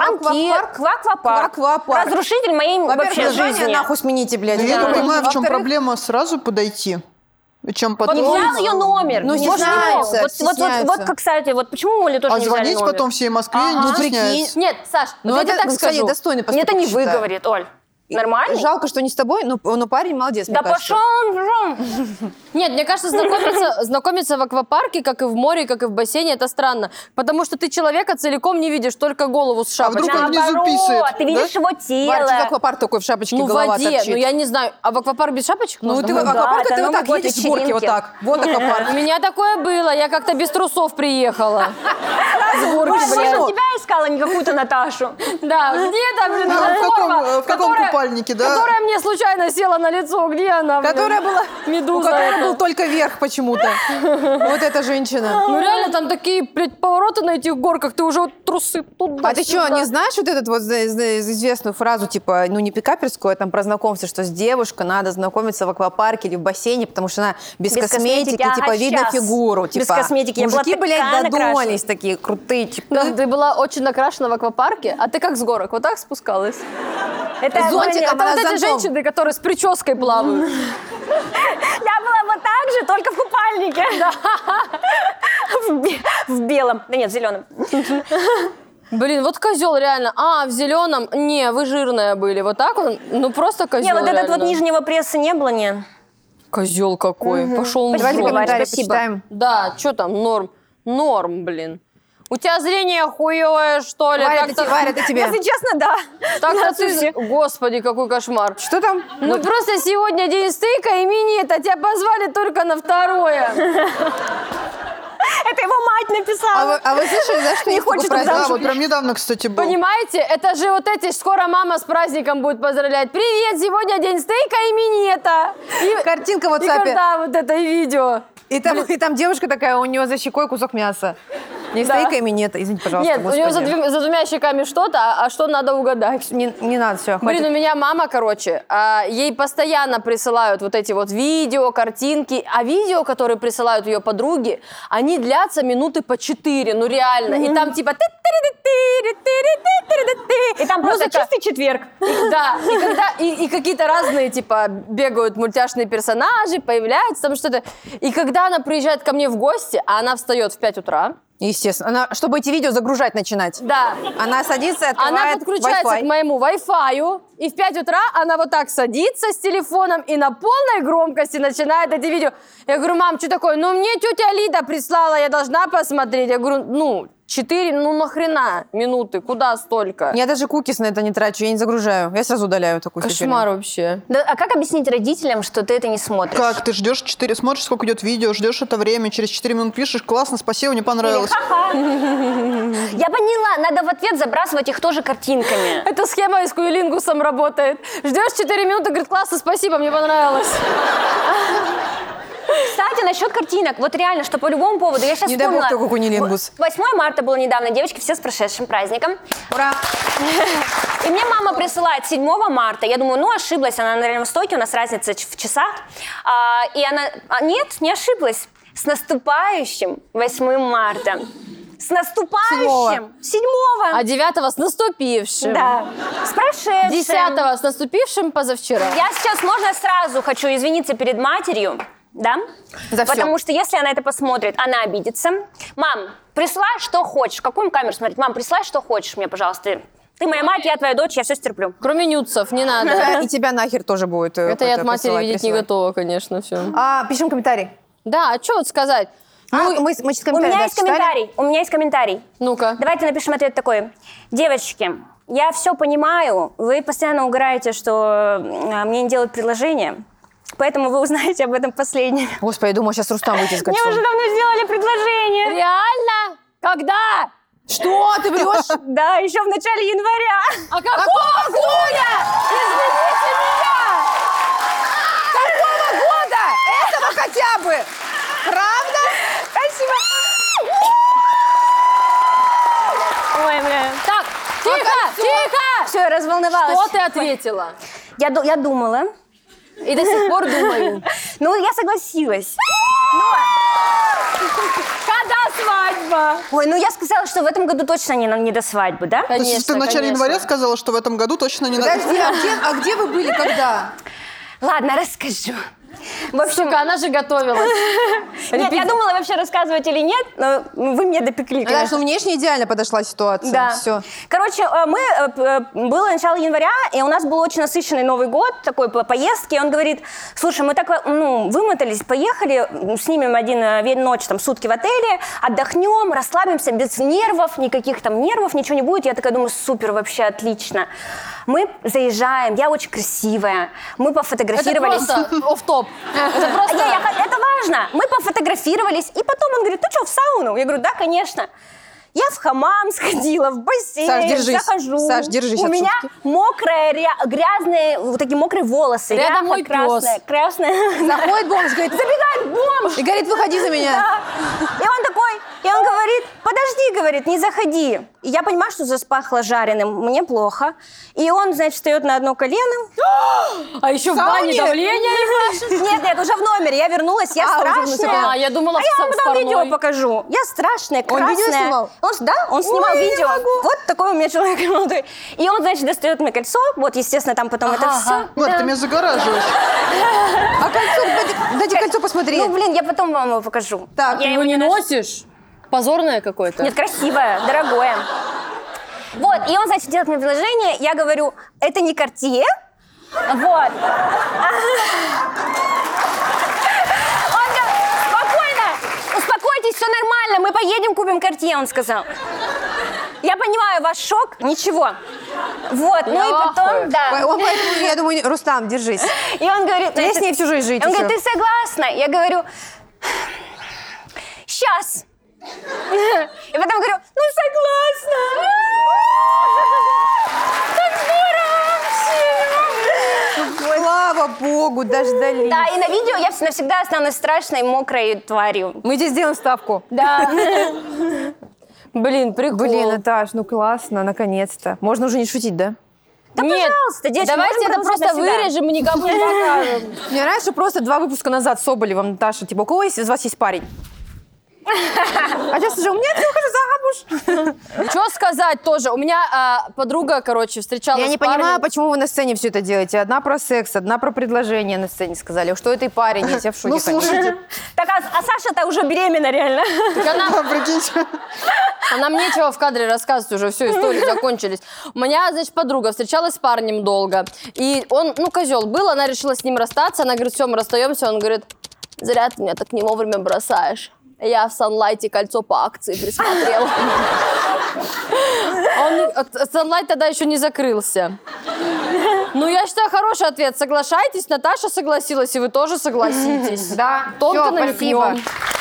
Звонки. Кваквапарк. Разрушитель моей Во-первых, вообще название жизни. нахуй смените, блядь. Я не понимаю, в чем Во-вторых, проблема сразу подойти, чем потом. Не взял ее номер. Ну, Может, стесняются, не мог. стесняются. Вот, кстати, вот почему Оле тоже А не взяли звонить номер? потом всей Москве Ага. не Ну, прикинь. стесняется. Нет, Саш, Ну, вот я тебе это, так кстати, скажу. достойный Мне это поступок, не считаю. выговорит, Оль. Нормально? Жалко, что не с тобой, но парень молодец, Да мне кажется. пошел. Нет, мне кажется, знакомиться в аквапарке, как и в море, как и в бассейне, это странно. Потому что ты человека целиком не видишь, только голову с А вдруг шапочкой. он внизу писает, ты видишь да? его Варя, что за тело. аквапарк такой в шапочке, Ну, в голова воде, торчит? ну я не знаю. А в аквапарк без шапочек Ну, можно? ты в да, аквапарк, это ты вот Новый так год, едешь с горки, вот вечеринки. так. Вот аквапарк. У меня такое было. Я как-то без трусов приехала. С горки, Может, блядь. тебя искала, не какую-то Наташу. Да, где там, блин, А она форма, в каком купальнике, да? которая мне случайно села на лицо? Где она, блин? Которая была... У Медуза которой эта. был только верх почему-то. Вот эта женщина. Ну реально, там такие, блядь, повороты на этих горках, ты уже вот трусы туда. А ты что, не знаешь вот эту вот известную фразу, типа, ну не пикаперскую, а там про знакомство, что с девушкой надо знакомиться в аквапарке или в бассейне, потому что она без Без косметики, косметики, типа, ага, видно щас. фигуру. Без Типа, косметики. Я была мужики, блядь, такая додумались накрашена. такие крутые, типа. Да, ты была очень накрашена в аквапарке, а ты как с горок, вот так спускалась? Это Зонтиком Это она вот эти зонтом. женщины, которые с прической плавают. Я была вот так же, только в купальнике. В белом. Да нет, в зеленом. Блин, вот козел реально. А, в зеленом. Не, вы жирная были. Вот так он? Ну просто козел. Не, вот этот вот реально. нижнего пресса не было, не. Козел какой. Пошел в Давайте жопу. комментарии спасибо. почитаем. Да, что там, норм. Норм, блин. У тебя зрение хуевое, что ли? Варя, Так-то- это тебе. Если честно, да. Так-то ты... Господи, какой кошмар. Что там? Ну просто сегодня день стейка, именит, а тебя позвали только на второе. Это его мать написала. А вы слышали, да, что Не есть такой хочет праздник? Да, вот прям недавно, кстати, был. Понимаете, это же вот эти, скоро мама с праздником будет поздравлять. Привет, сегодня день стейка и минета. И, Картинка в и WhatsApp. когда вот это и видео. И там девушка такая, у нее за щекой кусок мяса. Не стейка ими нет. Извините, пожалуйста, Нет, у нее господи. за двумя щеками что-то, а что надо угадать. Не надо, все, Блин, хватит. у меня мама, короче, ей постоянно присылают вот эти вот видео, картинки, а видео, которые присылают ее подруги, они длятся минуты по 4, ну реально. И там типа... И там просто музыка. чистый четверг. Да, и какие-то разные, типа, бегают мультяшные персонажи, появляются там что-то. И когда она приезжает ко мне в гости, а она встает в 5 утра, Естественно. Она, чтобы эти видео загружать начинать. да, Она садится и она открывает подключается Wi-Fi. к моему Wi-Fi, и в 5 утра она вот так садится с телефоном и на полной громкости начинает эти видео. Я говорю, мам, что такое? Ну, мне тетя Лида прислала, я должна посмотреть. Я говорю, ну, 4, ну нахрена минуты, куда столько? Я даже кукис на это не трачу, я не загружаю. Я сразу удаляю такую Кошмар вообще. Да, а как объяснить родителям, что ты это не смотришь? Как? Ты ждешь 4, смотришь, сколько идет видео, ждешь это время, через 4 минуты пишешь, классно, спасибо, мне понравилось. Ха-ха. Я поняла, надо в ответ забрасывать их тоже картинками. Эта схема и с куилингусом работает. Ждешь 4 минуты, говорит, классно, спасибо, мне понравилось. Кстати, насчет картинок. Вот реально, что по любому поводу. Я сейчас Не дай бог вспомнила. такой кунилингус. 8 марта было недавно. Девочки, все с прошедшим праздником. Ура! И мне мама присылает 7 марта. Я думаю, ну, ошиблась. Она на реальном стойке, у нас разница в часах. И она... нет, не ошиблась. С наступающим 8 марта. С наступающим! 7-го! А 9-го с наступившим. Да. С прошедшим. 10-го с наступившим позавчера. Я сейчас, можно сразу хочу извиниться перед матерью, да? За всё. Потому что если она это посмотрит, она обидится. Мам, присылай, что хочешь. Какую камеру смотреть? Мам, присылай, что хочешь мне, пожалуйста. Ты моя мать, я твоя дочь, я все стерплю. Кроме нюцев, не надо. И тебя нахер тоже будет. Это я от матери присылать, видеть не присылать. готова, конечно, все. Пишем комментарий. Да, а что вот сказать? Мы сейчас У комментарий меня да, есть читали? комментарий. У меня есть комментарий. Ну-ка. Давайте напишем ответ такой. Девочки, я все понимаю. Вы постоянно угораете, что мне не делают предложение. Поэтому вы узнаете об этом последнее. Господи, я думаю, сейчас Рустам выйдет с Мне кольцом. уже давно сделали предложение. Реально? Когда? Что? Ты врешь? Да, еще в начале января. А какого хуя? Извините меня! Какого года? Этого хотя бы. Правда? Спасибо. Ой, бля. Так, тихо, тихо! Все, я разволновалась. Что ты ответила? Я думала. И до сих пор думаю. Ну, я согласилась. Когда свадьба? Ой, ну я сказала, что в этом году точно не до свадьбы, да? То есть Конечно, ты в начале конечно. января сказала, что в этом году точно не надо. Подожди, а где вы были, когда? Ладно, расскажу. В общем, Сука, она же готовилась. нет, я думала вообще рассказывать или нет, но вы меня допекли. Она конечно. что, внешне идеально подошла ситуация. Да. Все. Короче, было начало января, и у нас был очень насыщенный Новый год, такой по поездке. И он говорит, слушай, мы так вымотались, поехали, снимем ночь, там, сутки в отеле, отдохнем, расслабимся, без нервов, никаких там нервов, ничего не будет. Я такая думаю, супер, вообще отлично. Мы заезжаем, я очень красивая, мы Это пофотографировались. просто офф-топ. Это просто... Это важно. Мы пофотографировались, и потом он говорит, ну что, в сауну? Я говорю, да, конечно. Я в хамам сходила, в бассейн, Саш, держись. захожу. Саш, держись У от меня шутки. мокрые, грязные, вот такие мокрые волосы. Рядом ряха мой пёс. красная. Заходит бомж, говорит, Забегает бомж. и говорит, выходи за меня. Да. И он такой, и он говорит, подожди, говорит, не заходи. И я понимаю, что запахло жареным, мне плохо. И он, значит, встает на одно колено. А еще в бане давление. Нет, уже в номере. Я вернулась, я страшная. А, я думала, я вам в потом парной. видео покажу. Я страшная, Он красная. видео снимал? Он снимал видео. Вот такой у меня человек молодой. И он, значит, достает мне кольцо. Вот, естественно, там потом это все. Вот, ты меня загораживаешь. А кольцо, дайте кольцо посмотреть. Ну, блин, я потом вам его покажу. Так, Я Ты его не носишь? Позорное какое-то. Нет, красивое, дорогое. Вот, и он, значит, делает мне предложение, я говорю, это не Cartier, вот. Он говорит, спокойно, успокойтесь, все нормально, мы поедем, купим Cartier, он сказал. Я понимаю, ваш шок, ничего. Вот, ну и потом, да. Он поэтому, я думаю, Рустам, держись. И он говорит, Мне с ней всю жизнь жить он еще. говорит, ты согласна? Я говорю, сейчас. И потом говорю, ну согласна. Так здорово. Слава богу, дождались. Да, и на видео я навсегда останусь страшной, мокрой тварью. Мы здесь сделаем ставку. Да. Блин, прикол. Блин, Наташ, ну классно, наконец-то. Можно уже не шутить, да? Да, Нет, пожалуйста, девочки, давайте можем это продолжать просто навсегда. вырежем и никому не покажем. Мне нравится, что просто 2 выпуска назад Соболевым, Наташа, типа, у кого из вас есть парень? А сейчас уже у меня я выхожу замуж. Что сказать тоже? У меня подруга, короче, встречалась Я не с парнем. понимаю, почему вы на сцене все это делаете. Одна про секс, одна про предложение на сцене сказали. Что это и парень, я тебя в шоке. Ну, слушайте, Так, а Саша-то уже беременна, реально. прикиньте. А нам нечего в кадре рассказывать уже, все, истории закончились. У меня, значит, подруга встречалась с парнем долго. И он, козел был, она решила с ним расстаться. Она говорит, все, мы расстаемся. Он говорит, зря ты меня так не вовремя бросаешь. Я в Санлайте кольцо по акции присмотрел. Санлайт тогда еще не закрылся. Ну, я считаю, хороший ответ. Соглашайтесь, Наташа согласилась, и вы тоже согласитесь. Да, Тонко всё, намекнем. спасибо.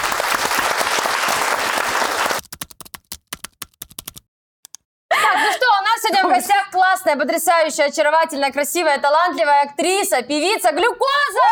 Так, ну что, у нас сегодня в гостях классная, потрясающая, очаровательная, красивая, талантливая актриса, певица Глюкоза!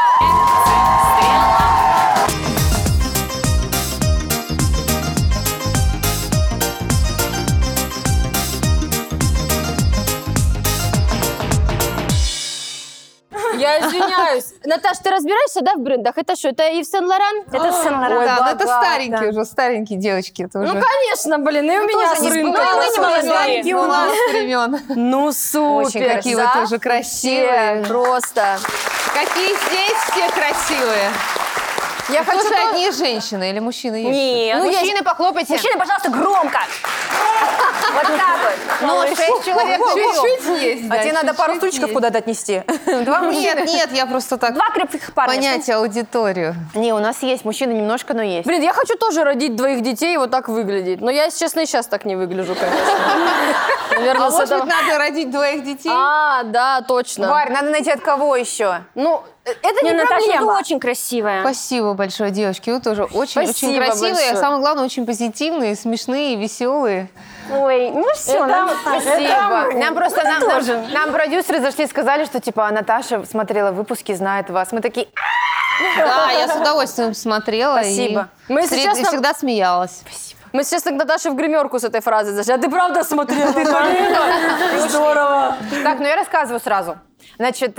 Я извиняюсь. Наташ, ты разбираешься, да, в брендах? Это что, это Ив Сен-Лоран? Это Сен-Лоран. Ой, Да, но это богато. старенькие уже, старенькие девочки. Это Ну, уже. конечно, блин, и у меня с тоже не рынка. спутала. Ну, и мы не молодые. Старенькие у нас времен. Ну, супер. Очень какие вы да? тоже красивые. Вообще, просто. Какие здесь все красивые. Я хочу Слушай, то- одни женщины или мужчины есть? Нет. Ну, мужчины, похлопайте. Мужчины, пожалуйста, громко. Вот так вот. Ну, 6 человек чуть-чуть есть. А тебе надо пару стульчиков куда-то отнести. Два мужчины. Нет, я просто так Два крепких парня. понять аудиторию. Не, у нас есть мужчины немножко, но есть. Блин, я хочу тоже родить 2 детей и вот так выглядеть. Но я, если честно, и сейчас так не выгляжу, конечно. Наверное, А с может этого... быть, надо родить 2 детей? А, да, точно. Варь, надо найти от кого еще. Ну, это Не, не Наташа, ты проблема. очень красивая. Спасибо большое, девочки. Вы тоже очень Спасибо красивые, большое. а самое главное, очень позитивные, смешные, веселые. Ой, ну все, Спасибо. Нам просто нам продюсеры зашли и сказали, что типа Наташа смотрела выпуски, знает вас. Мы такие, Да, я с удовольствием смотрела. Спасибо. Мы, если И честно, всегда смеялась. мы сейчас к Наташе в гримерку с этой фразой зашли. А ты правда смотрела? Ты смотрела? Здорово. так, ну я рассказываю сразу. Значит,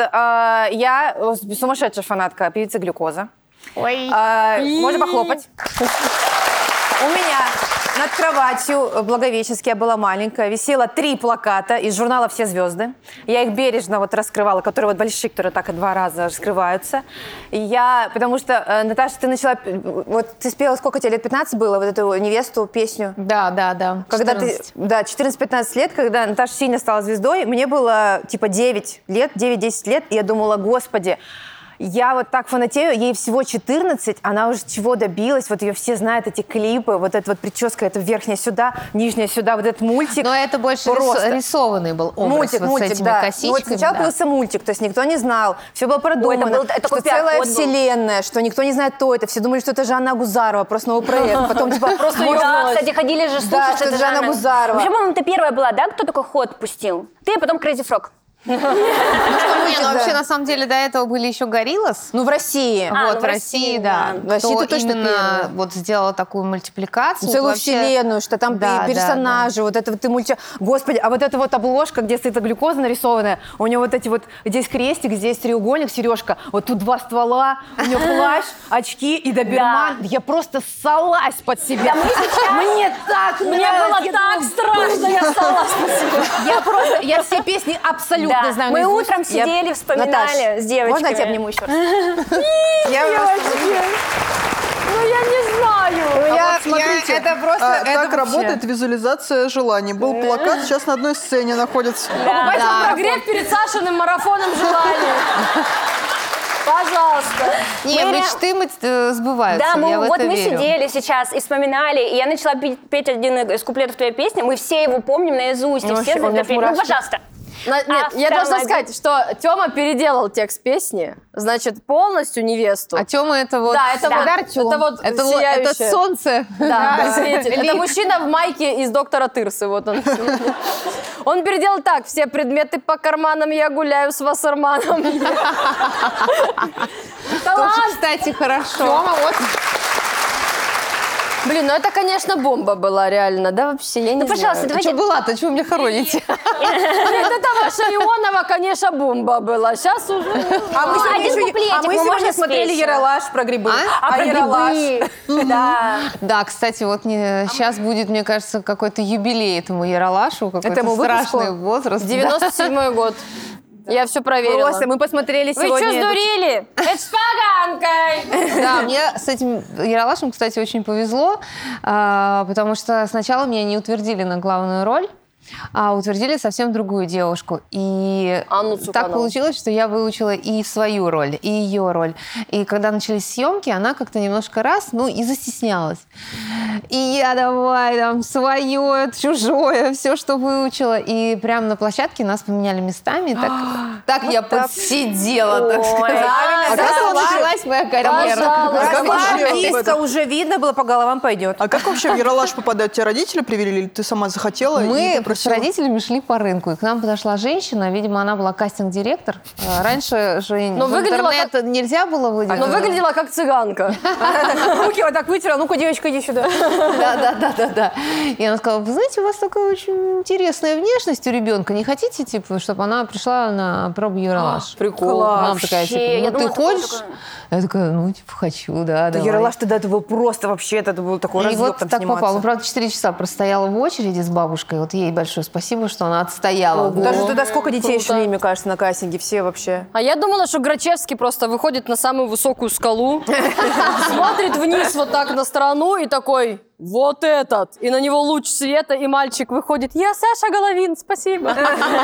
я сумасшедшая фанатка певицы Глюкоза. Ой. Можно похлопать. У меня над кроватью, Благовещенске, я была маленькая, висело 3 плаката из журнала «Все звезды». Я их бережно вот раскрывала, которые вот большие, которые так 2 раза раскрываются. И я, потому что, Наташа, ты начала, вот ты спела, сколько тебе, лет 15 было, вот эту «Невесту» песню? Да. Когда 14-15 лет, когда Наташа сильно стала звездой, мне было типа 9 лет, 9-10 лет, и я думала, господи, я вот так фанатею, ей всего 14, она уже чего добилась, вот ее все знают, эти клипы, вот эта вот прическа, это верхняя сюда, нижняя сюда, вот этот мультик. Но это больше рисованный был образ Мультик, вот с этими да. косичками. Вот сначала появился мультик, то есть никто не знал, все было продумано, это что такой целая пиар-ход был. вселенная, что никто не знает, кто это, все думали, что это Жанна Агузарова, просто новый проект, потом типа просто Да, кстати, ходили же слухи, да, что это Жанна Агузарова. Вообще, по-моему, ты первая была, да, кто такой ход пустил? Ты, а потом Crazy Frog. Не, ну вообще, на самом деле, до этого были еще Гориллас. Ну, в России. Вот, ну, в России, да. В России Кто ты точно именно первая. вот сделала такую мультипликацию. Целую вообще- вселенную, что там Да, и персонажи, да. вот это вот ты мульти... Господи, а вот эта вот обложка, где стоит глюкоза нарисованная, у нее вот эти вот, здесь крестик, здесь треугольник, сережка, вот тут 2 ствола, у нее плащ, очки и доберман. Я просто ссалась под себя. Мне так Мне нравилось. было так страшно, я ссалась на себя. Я все песни абсолютно Да. знаю Мы наизусть. утром сидели, вспоминали Наташ, с девочками. Можно я тебя обниму еще раз? Я просто... Ну, я не знаю. Смотрите, это просто... это так вообще. работает визуализация желаний. Был плакат, сейчас на одной сцене находится. Покупайте прогрев перед Сашиным марафоном желаний. Пожалуйста. Не, мечты сбываются, Да, я в вот это мы верю. сидели сейчас и вспоминали, и я начала петь один из куплетов твоей песни, мы все его помним наизусть, и Ну, все вообще, у меня знают эту песню. Ну, мурашки. пожалуйста. Нет, я должна сказать, что Тёма переделал текст песни, значит, полностью невесту. А Тёма это вот... Да, это вот, Артём. это вот Это сияющее. солнце. Да, светит. Это мужчина в майке из «Доктора Тырсы», вот он. Он переделал так: все предметы по карманам, я гуляю с Вассерманом. Тоже, кстати, хорошо. Тёма, вот. Блин, ну это, конечно, бомба была, реально, да, вообще, я не Ну, пожалуйста, знаю. давайте... Что была-то? Чего вы меня хороните? Нет, это ваша Ионова, конечно, бомба была. Сейчас уже... А мы сегодня, один куплетик, а мы мы сегодня можно смотрели спеть? «Ералаш» про грибы. А про «Ералаш». грибы. Да. Да, кстати, вот сейчас будет, мне кажется, какой-то юбилей этому Яралашу, какой-то Этому выпуску? страшный возраст. 97-й год. Я все проверила. Просто мы посмотрели Вы сегодня... что, этот- сдурели? Это с поганкой! Да, мне с этим Яралашем, кстати, очень повезло, потому что сначала меня не утвердили на главную роль, а утвердили совсем другую девушку. И Анну так Цуканову. получилось, что я выучила и свою роль, и ее роль. И когда начались съемки, она как-то немножко и застеснялась. И я давай там свое, чужое, все, что выучила. И прямо на площадке нас поменяли местами. Так я подсидела, так сказать. А как началась моя карьера? Пожалуйста. как вообще Артистка уже видно было, по головам пойдет. А как вообще в Ералаш попадают? Тебя родители привели или ты сама захотела и Мы с попросила? родителями шли по рынку, и к нам подошла женщина, видимо, она была кастинг-директор. Раньше же Но в выглядела интернет нельзя было выделить. Но выглядела как цыганка. Руки вот так вытерла. Ну-ка, девочка, иди сюда. Да. И она сказала: вы знаете, у вас такая очень интересная внешность у ребенка. Не хотите, типа, чтобы она пришла на пробу Ералаш? Прикол. Мама такая, Вообще, я типа, ну ты думала, такое хочешь? Я такая, ну, типа, хочу, да, давай. Ералаш тогда это был просто вообще, это был такой И разъеб вот там так сниматься. попало. Ну, правда, 4 часа простояла в очереди с бабушкой. Вот ей большое спасибо, что она отстояла. Даже туда сколько детей Круто. шли, мне кажется, на кастинге, все вообще. А я думала, что Грачевский просто выходит на самую высокую скалу, смотрит вниз вот так на страну и такой: вот этот. И на него луч света, и мальчик выходит: я Саша Головин, спасибо.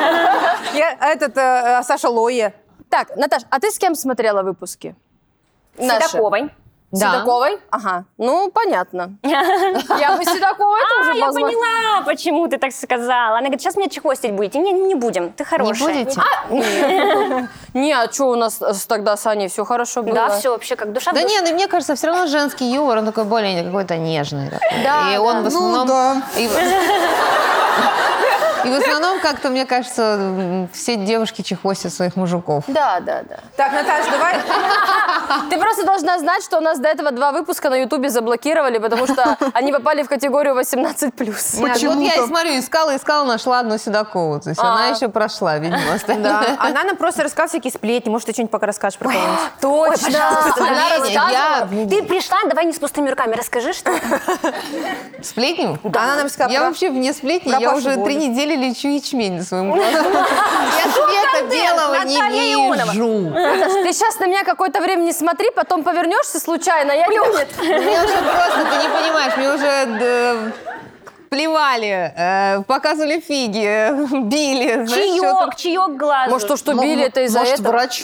Саша Лоя. Так, Наташ, а ты с кем смотрела выпуски? Наши. Седоковой. Да. Седоковой? Ага, ну, понятно. Я бы Седоковой тоже Я позвала. поняла, почему ты так сказала. Она говорит: сейчас меня чехвостить будете. Не будем, ты Не хорошая. будете? Не, а что у нас тогда с Аней все хорошо было? Да, все вообще как душа в Да душу. нет, и мне кажется, все равно женский юмор, он такой более какой-то нежный. Такой. Да, И он в Ну основном... да. и- И в основном, как-то, мне кажется, все девушки чехвостят своих мужиков. Да. Так, Наташ, давай. Ты просто должна знать, что у нас до этого 2 выпуска на Ютубе заблокировали, потому что они попали в категорию 18+. Вот я и Почему-то. смотрю, искала, нашла одну Седокову. То есть она еще прошла, видимо, остальное. Да. Она нам просто рассказала всякие сплетни. Может, ты что-нибудь пока расскажешь про кого-нибудь? Точно! Она Сплетни. рассказывала. Ты пришла, давай не с пустыми руками, расскажи, что Сплетню? Она нам сказала Я про- вообще вне сплетни, про я Пашу уже Воду. 3 недели лечу ячмень на своем глазу. Я света белого не Наталья Ионова. вижу. Ты сейчас на меня какое-то время не смотри, потом повернешься случайно, я не Мне уже просто, ты не понимаешь, мне уже плевали, показывали фиги, били. знаешь, что там. чаек глазу. Может, то, что били, это из-за Может, этого? врач?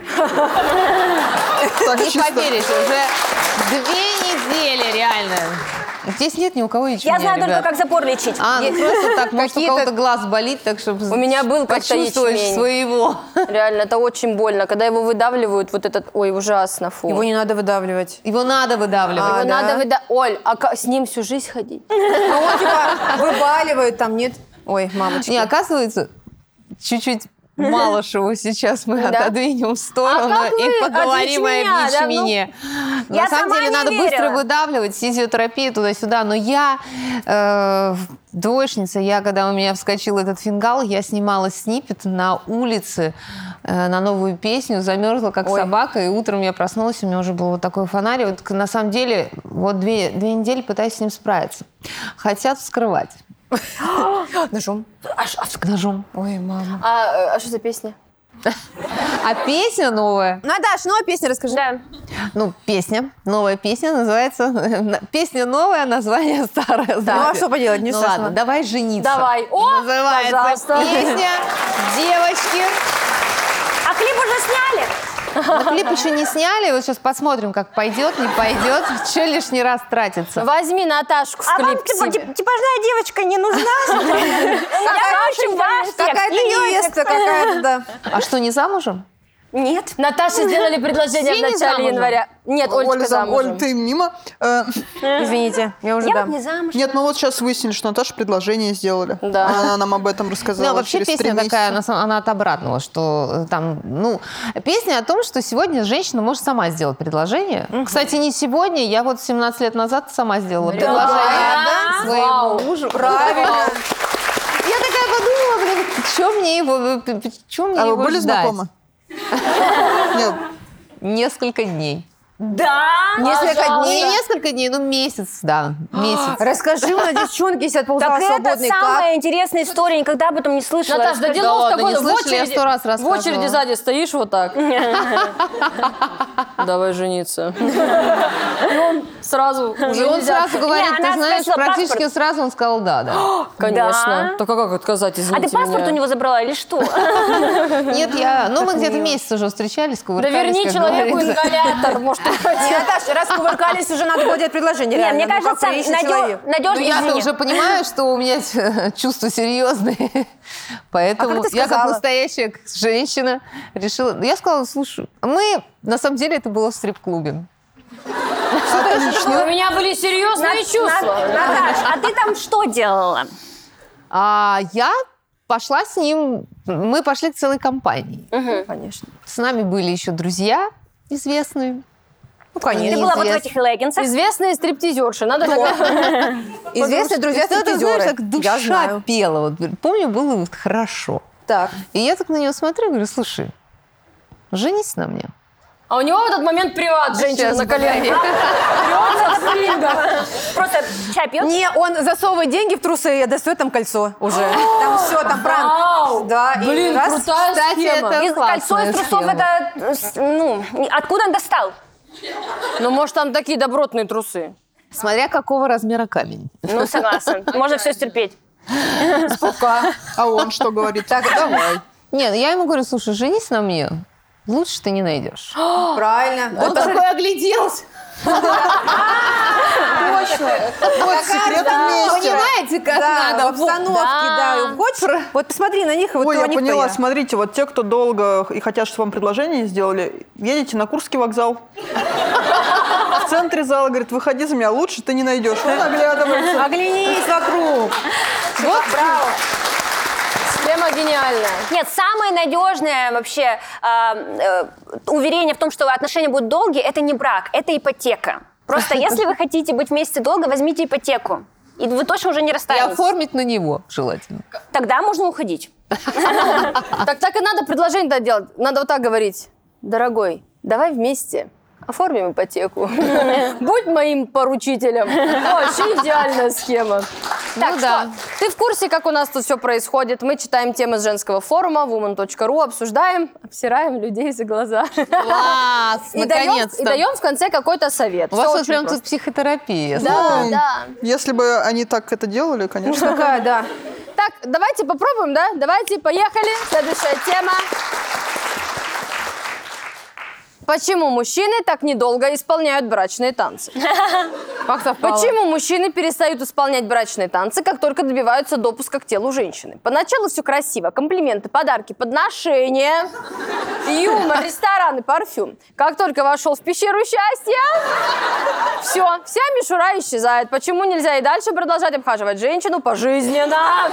Так, Не чисто. поверишь, уже 2 недели реально. Здесь нет ни у кого ячменя, Я знаю только, ребят. как запор лечить. Ну просто так, может, у какие-то- кого-то глаз болит, так чтобы У меня был как-то почувствовать ячмень. своего. Реально, это очень больно. Когда его выдавливают, вот этот... Ой, ужасно, фу. Его не надо выдавливать. Его надо выдавливать. Его да? надо Оль, с ним всю жизнь ходить? Ну, он типа выбаливает, там нет... Ой, мамочка. Не, оказывается, чуть-чуть Малышеву сейчас мы отодвинем в сторону А как вы и поговорим от ячменя, о да, ну? ячмене. Я На самом сама деле не надо верила. быстро выдавливать, физиотерапия туда-сюда. Но я двоечница, когда у меня вскочил этот фингал, я снимала сниппет на улице на новую песню, замерзла как собака, и утром я проснулась, у меня уже был вот такой фонарь. Вот, на самом деле, вот две недели пытаюсь с ним справиться. Хотят вскрывать. Ножом. Ножом. Ой, мама. А что за песня? А песня новая. Наташ, новая песня расскажи. Да. Ну, песня. Новая песня называется... Песня новая, название старое. Ну, а что поделать, не Ну страшно. ладно, давай жениться. Давай. О, Называется пожалуйста. песня «Девочки». А клип уже сняли? Но клип еще не сняли, вот сейчас посмотрим, как пойдет, не пойдет. Че лишний раз тратиться? Возьми Наташку в А вам клип к себе. типажная девочка не нужна? Я очень ваш текст. Какая-то невеста, какая-то, да. А что, не замужем? Нет. Наташе сделали предложение в Все не начале замужем? января. Нет, Олечка Оль, замужем. ты мимо. Извините, я уже Я дам. вот не замуж. Нет, мы вот сейчас выяснили, что Наташа предложение сделали. Да. Она нам об этом рассказала Ну, вообще через 3 песня месяца. такая, она от обратного, что там, песня о том, что сегодня женщина может сама сделать предложение. Кстати, не сегодня, я вот 17 лет назад сама сделала предложение своему мужу. Правильно. Я такая подумала, чем мне А вы его были ждать? знакомы? Нет. Несколько дней. Да. Несколько Не дней. несколько дней, месяц, да, месяц. Расскажи, у нас девчонки сидят ползала Так это свободный. самая интересная история, никогда об этом не слышала. Наташ, да Да делов ладно, такой, не в слышали, я очереди, 100 раз в рассказывала. очереди сзади стоишь вот так. Давай жениться. И он сразу И уже он нельзя. сразу говорит, Не, ты она знаешь, спросила практически паспорт. сразу он сказал да. Конечно. Да. Так а как отказать, А извините ты паспорт меня? у него забрала или что? Нет, мы где-то месяц уже встречались, Да кувыркались, верни как человеку говорится. ингалятор, может, он хотел. Наташа, раз кувыркались, уже надо было делать предложение. Не, реально. мне Ну, как кажется, приличный человек. Ну, надежно. я-то уже понимаю, что у меня чувства серьезные. Поэтому А как ты я, как сказала? настоящая женщина, решила... Я сказала, слушай, на самом деле это было в стрип-клубе. У меня были серьезные чувства. Наташ, а ты там что делала? А я пошла с ним... Мы пошли к целой компании. Конечно. С нами были еще друзья известные. Ну, Ты конечно. была вот в этих леггинсах? Известные стриптизерши. Надо такая... Известные друзья Ты знаешь, стриптизеры. так Я душа знаю. пела. Вот, помню, было вот хорошо. Так. И я так на нее смотрю и говорю, слушай, женись на мне. А у него в этот момент приват женщина Сейчас, на коленке. Просто чай пьет? Не, он засовывает деньги в трусы и достает там кольцо уже. Там все, там Вау! пранк. Да, и Блин, раз. крутая Кстати, схема. это- Из кольцо из трусов схема. это, откуда он достал? Ну, может, там такие добротные трусы. Смотря какого размера камень. Ну, согласен. Можно все стерпеть. А он что говорит? Так, давай. Нет, я ему говорю, слушай, женись на мне. Лучше ты не найдешь. Правильно. Он такой огляделся. Вот секрет вместе. Понимаете, как Да, в надо? обстановке, да. И хочешь, вот посмотри на них, и вот Ой, кто я они, кто поняла, я. смотрите, вот те, кто долго и хотят, чтобы вам предложение сделали, едете на Курский вокзал. В центре зала, говорит, выходи за меня, лучше ты не найдешь. Он оглядывается. Оглянись вокруг. Вот, Тема гениальная. Нет, самое надежное вообще уверение в том, что отношения будут долгие, это не брак, это ипотека. Просто если вы хотите быть вместе долго, возьмите ипотеку. И вы точно уже не И расстанетесь. оформить на него желательно. Тогда можно уходить. Так и надо предложение делать. Надо вот так говорить. Дорогой, давай вместе оформим ипотеку. Будь моим поручителем. Вообще идеальная схема. Так, Ну да. что? Ты в курсе, как у нас тут все происходит? Мы читаем темы с женского форума, woman.ru, обсуждаем, обсираем людей за глаза. Класс, И даем наконец-то. в конце какой-то совет. У вас Всё вот очень прям просто. тут психотерапия. Да, да. Если бы они так это делали, конечно. Такая, да. Так, давайте попробуем, да? Давайте, поехали. Следующая тема. Почему мужчины так недолго исполняют брачные танцы? Как совпало. Почему мужчины перестают исполнять брачные танцы, как только добиваются допуска к телу женщины? Поначалу все красиво. Комплименты, подарки, подношения, юмор, рестораны, парфюм. Как только вошел в пещеру счастья, все, вся мишура исчезает. Почему нельзя и дальше продолжать обхаживать женщину пожизненно?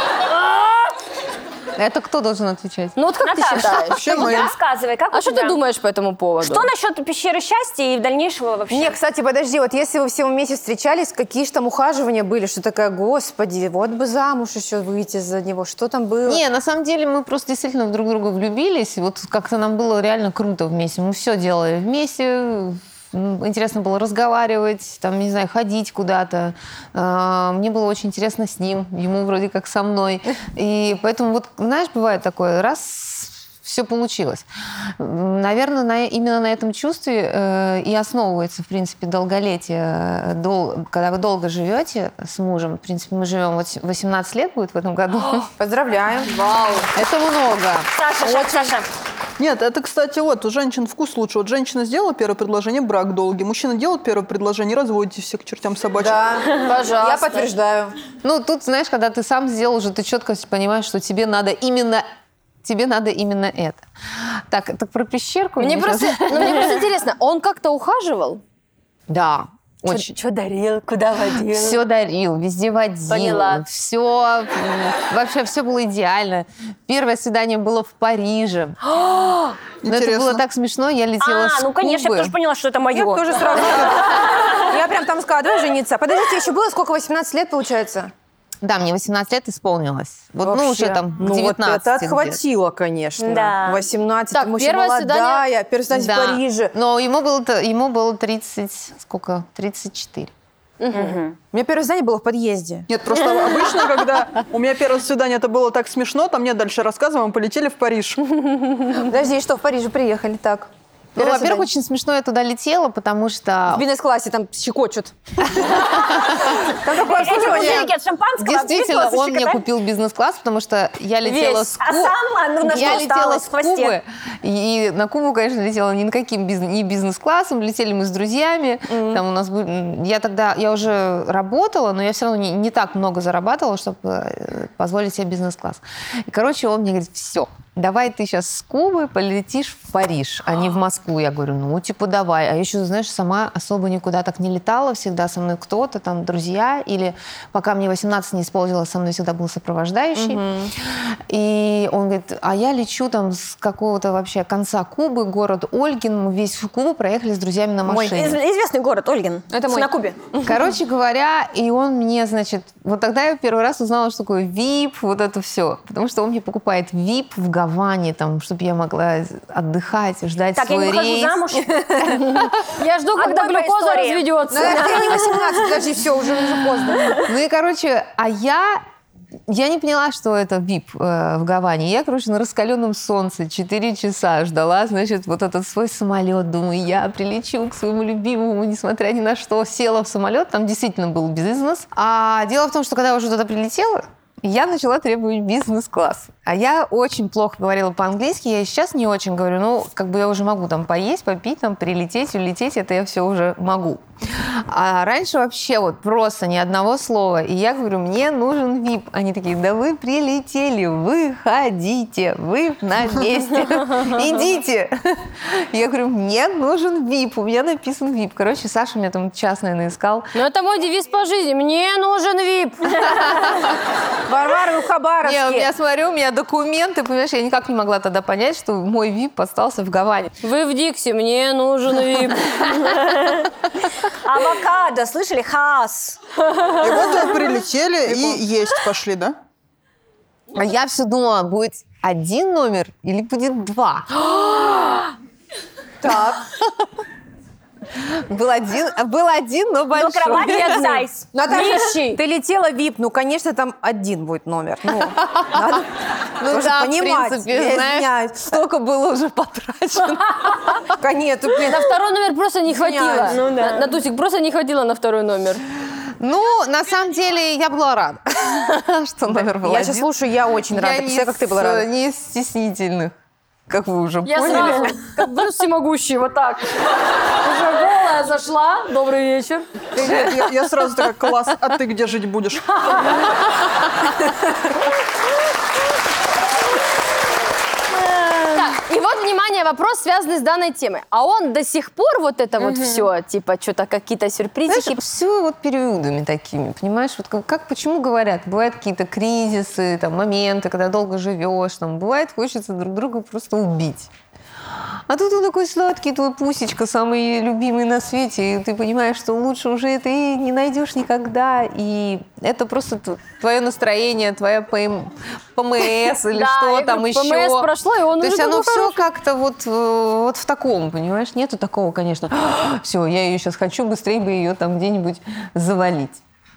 Это кто должен отвечать? Ну вот как ты Наташа, считаешь? Вообще ну, моя- рассказывай, как А у что тебя? ты думаешь по этому поводу? Что насчет пещеры счастья и дальнейшего вообще? Не, кстати, подожди, вот если вы все вместе встречались, какие же там ухаживания были, что такая, господи, вот бы замуж еще выйти за него, что там было? Не, на самом деле мы просто действительно в друг друга влюбились. И вот как-то нам было реально круто вместе. Мы все делали вместе. Интересно было разговаривать, там, не знаю, ходить куда-то. Мне было очень интересно с ним, ему вроде как со мной. И поэтому вот, знаешь, бывает такое, раз все получилось. Наверное, именно на этом чувстве и основывается, в принципе, долголетие. Когда вы долго живете с мужем, в принципе, мы живем 18 лет будет в этом году. Поздравляем. Вау. Это много. Саша. Нет, это, кстати, вот у женщин вкус лучше. Вот женщина сделала первое предложение, брак долгий. Мужчина делает первое предложение, разводитесь все к чертям собачьим. Да, Пожалуйста. я подтверждаю. Ну, тут, знаешь, когда ты сам сделал уже, ты четко понимаешь, что тебе надо именно это. Так про пещерку. Мне просто интересно, он как-то ухаживал? Да, очень. Что дарил, куда водил? Все дарил, везде водил. Поняла. Все, вообще все было идеально. Первое свидание было в Париже. Но это Интересно. было так смешно, я летела с Ну, конечно, я Кубы. тоже поняла, что это мое. Я тоже сразу. Я прям там сказала, давай жениться. Подождите, еще было сколько, 18 лет, получается? Да, мне 18 лет исполнилось. Вот, ну, уже там к 19 вот это где-то. отхватило, конечно. Да. 18, Так, мы еще первое молодая, первое свидание Да. в Париже. Но ему было 30, сколько? 34. У меня первое свидание было в подъезде. Нет, просто обычно, когда у меня первое свидание, это было так смешно, там нет дальше рассказываем, мы полетели в Париж. Подожди, и что, в Париже приехали, так? Ну, Первое во-первых, свидание. очень смешно я туда летела, потому что... В бизнес-классе там щекочут. Там такое Эти обслуживание. бутылки от шампанского. Действительно, отвлеклась, он мне щекотать. купил бизнес-класс, потому что я летела Весь. с А сам на Я что летела осталось с в хвосте? Кубы, и на Кубу, конечно, летела не не бизнес-классом, летели мы с друзьями. Там у нас я уже работала, но я все равно не так много зарабатывала, чтобы позволить себе бизнес-класс. И, короче, он мне говорит, все, давай ты сейчас с Кубы полетишь в Париж, а не в Москву. Я говорю, ну, типа, давай. А я еще, знаешь, сама особо никуда так не летала, всегда со мной кто-то, там, друзья, или пока мне 18 не исполнилось, со мной всегда был сопровождающий. И он говорит, а я лечу там с какого-то вообще конца Кубы, город Ольгин, мы весь Кубу проехали с друзьями на машине. Известный город, Ольгин. Это мой. На Кубе. Короче говоря, и он мне, значит, вот тогда я первый раз узнала, что такое VIP, вот это все. Потому что он мне покупает VIP в Гаване, там, чтобы я могла отдыхать, ждать Так, я свой не выхожу рейс. замуж. Я жду, когда Одной по глюкоза истории. разведется. Ну, это не 18, подожди, все, уже поздно. Ну и, короче, я не поняла, что это VIP в Гаване. Я, короче, на раскаленном солнце 4 часа ждала, значит, вот этот свой самолет. Думаю, я прилечу к своему любимому, несмотря ни на что. Села в самолет, там действительно был бизнес. А дело в том, что когда я уже туда прилетела, я начала требовать бизнес-класс. А я очень плохо говорила по-английски, я и сейчас не очень говорю, ну, как бы я уже могу там поесть, попить, там, прилететь, улететь, это я все уже могу. А раньше вообще вот просто ни одного слова. И я говорю, мне нужен VIP. Они такие, да вы прилетели, выходите, вы на месте, идите. Я говорю, мне нужен VIP, у меня написан VIP. Короче, Саша меня там час, наверное, искал. Ну, это мой девиз по жизни. Мне нужен ВИП. Варвара в Хабаровске. Я смотрю, у меня документы, понимаешь, я никак не могла тогда понять, что мой VIP остался в Гаване. Вы в Дикси, мне нужен ВИП. Авокадо, слышали? Хас. И вот вы прилетели и есть пошли, да? А я все думала, будет один номер или будет два. Так. Был один, но Но большой. кровать нет сайз. Наташа, ты летела VIP, ну, конечно, там один будет номер. Ну, надо Ну тоже да, понимать. в принципе, Я знаешь, извиняюсь. столько было уже потрачено. Конечно, блин. На второй номер просто не хватило. Ну да. Натусик, просто не хватило на второй номер. Ну, на самом деле, я была рада, что номер был Я один. сейчас слушаю, я очень рада. Я Представляю, как ты была рада. не из стеснительных, как вы уже Я поняли. сразу, как Брюс Всемогущий, вот так. Уже голая зашла. Добрый вечер. Нет, я сразу такая, класс, а ты где жить будешь? Так, и вот, внимание, вопрос, связанный с данной темой. А он до сих пор вот это вот все, типа, что-то какие-то сюрпризики. Знаешь, все вот периодами такими, понимаешь? Вот почему говорят, бывают какие-то кризисы, там, моменты, когда долго живешь, там, бывает, хочется друг друга просто убить. А тут он такой сладкий, твой пусечка, самый любимый на свете, и ты понимаешь, что лучше уже ты не найдешь никогда, и это просто твое настроение, твоя ПМС или Да, что я там говорю, еще. ПМС прошло, и он То уже есть оно такой все хороший. как-то вот в таком, понимаешь? Нету такого, конечно, все, я ее сейчас хочу, быстрее бы ее там где-нибудь завалить.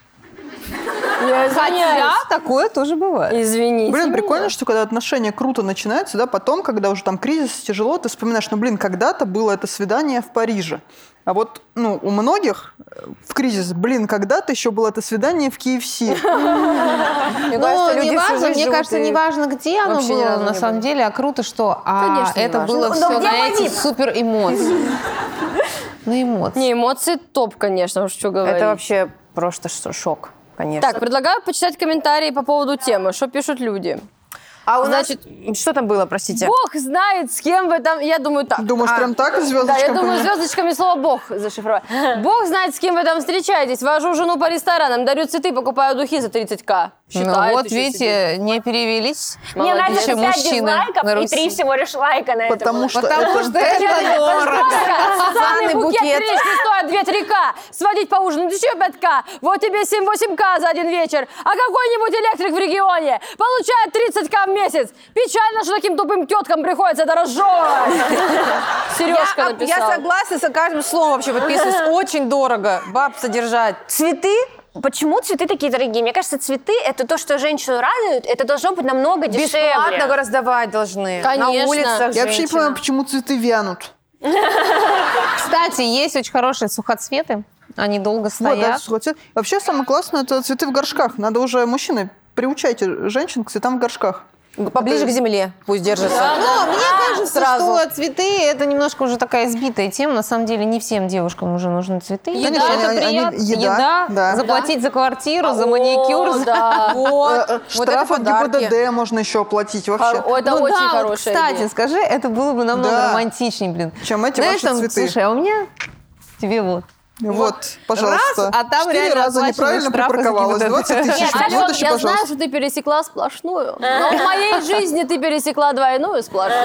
Я Хотя извиняюсь. такое тоже бывает. Извините. Блин, меня. прикольно, что когда отношения круто начинаются, да, потом, когда уже там кризис, тяжело, ты вспоминаешь, ну, блин, когда-то было это свидание в Париже. А вот, ну, у многих в кризис, блин, когда-то еще было это свидание в KFC. Мне Ну, кажется, люди не всю важно, жизнь мне живут кажется, и не важно, где оно вообще ни было разу на не самом было. деле, а круто, что Конечно, не это важно. было Ну, все где на мой эти VIP? супер эмоции. На эмоции. Не, эмоции топ, конечно, уж что говорить. Это вообще просто шок, конечно. Так, предлагаю почитать комментарии по поводу темы. Что пишут люди? а у значит, нас... Что там было, простите? Бог знает, с кем вы там... Я думаю, так. Думаешь, прям так Да, звездочком? я думаю, звездочками слово «бог» зашифровать. Бог знает, с кем вы там встречаетесь. Вожу жену по ресторанам, дарю цветы, покупаю духи за 30к. Ну Считает вот, еще видите, себе. не перевелись. Мне нравится Еще 5 мужчины дизлайков на и Руси. 3 всего лишь лайка на это. Потому что Потому это... что это дорого. Самый букет букет. речки стоит 2-3к. Сводить поужинать еще 5к. Вот тебе 7-8к за один вечер. А какой-нибудь электрик в регионе получает 30к в месяц. Печально, что таким тупым теткам приходится это разжевывать. Сережка Я написал. согласна со каждым словом вообще подписываюсь. Очень дорого баб содержать. Цветы? Почему цветы такие дорогие? Мне кажется, цветы – это то, что женщину радует. Это должно быть намного дешевле. Бесплатно раздавать должны. Конечно. На улицах Я вообще не понимаю, почему цветы вянут. Кстати, есть очень хорошие сухоцветы. Они долго Вот, да, стоят. сухоцвет. Вообще самое классное – это цветы в горшках. Надо уже, мужчины, приучайте женщин к цветам в горшках. Поближе к земле пусть держится. Ну, мне кажется, сразу. что цветы это немножко уже такая избитая тема. На самом деле не всем девушкам уже нужны цветы. Еда, Конечно, это они- приятно. еда, да. Заплатить за квартиру, за маникюр. О, за- да. Вот Штраф это от подарки. ГИБДД можно еще оплатить вообще. О, это Ну очень да, вот, хорошая кстати, идея. скажи, это было бы намного Да. романтичнее, блин. Чем эти Знаешь, ваши там, цветы. слушай, а у меня тебе вот. Вот, пожалуйста. Раз, а там 4 реально раза неправильно оплачиваешь штрафы за припарковалась. ГИБДД. 20 тысяч Нет, в год, Алён, еще, я знаю, пожалуйста. что ты пересекла сплошную, но в моей жизни ты пересекла двойную сплошную.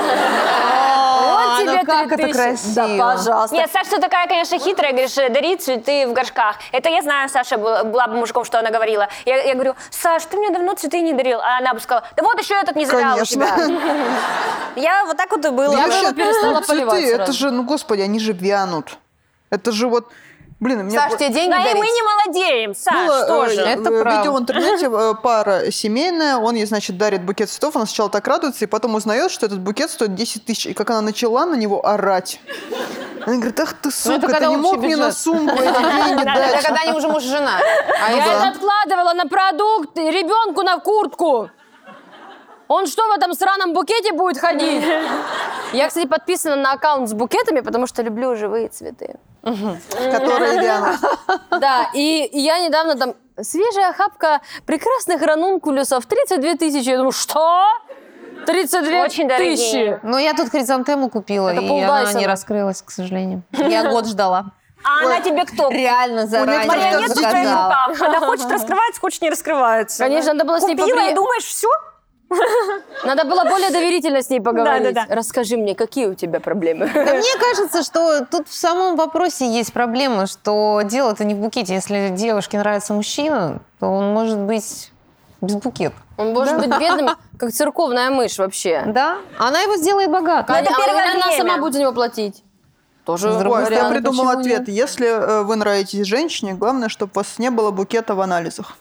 Вот ну тебе как это 3000. красиво. Да, пожалуйста. Нет, Саша, ты такая, конечно, хитрая, говоришь, дари цветы в горшках. Это я знаю, Саша была бы мужиком, что она говорила. Я говорю, Саш, ты мне давно цветы не дарил. А она бы сказала, да вот еще этот не завял у Конечно. тебя. Я вот так вот и было. Я И вообще, бы перестала цветы, поливать это сразу. же, ну господи, они же вянут. Это же вот, блин, у меня Саш, тебе деньги Да и дарить? мы не молодеем, Саш, было тоже. Это видео правда. в интернете, пара семейная, он ей, значит, дарит букет цветов, она сначала так радуется, и потом узнает, что этот букет стоит 10 тысяч. И как она начала на него орать. Она говорит, ах ты, сука, это ты когда не мог общий мне на бюджет. сумку эти деньги Это дать. когда они уже муж и жена. Я это откладывала на продукты, ребенку на куртку. Он что, в этом сраном букете будет ходить? Я, кстати, подписана на аккаунт с букетами, потому что люблю живые цветы. Которые вянут. Да, и я недавно там... Свежая охапка прекрасных ранункулюсов, 32 тысячи. Я думаю, что? 32 Очень дорогие. тысячи? Ну, я тут хризантему купила, Это и полдайсона. она не раскрылась, к сожалению. Я год ждала. А она тебе кто? Реально заранее Марионетка в твоих заказала. руках. Она хочет раскрывается, хочет не раскрывается. Конечно, надо было с ней Купила и думаешь, все? Надо было более доверительно с ней поговорить. Да. Расскажи мне, какие у тебя проблемы? Да мне кажется, что тут в самом вопросе есть проблема, что дело-то не в букете. Если девушке нравится мужчина, то он может быть без букета. Он может быть бедным, как церковная мышь вообще. Да? Она его сделает богатым. А это первое или она время. сама будет за него платить? Тоже С другой Ой, я стороны, придумал почему ответ. нет? Если вы нравитесь женщине, главное, чтобы у вас не было букета в анализах.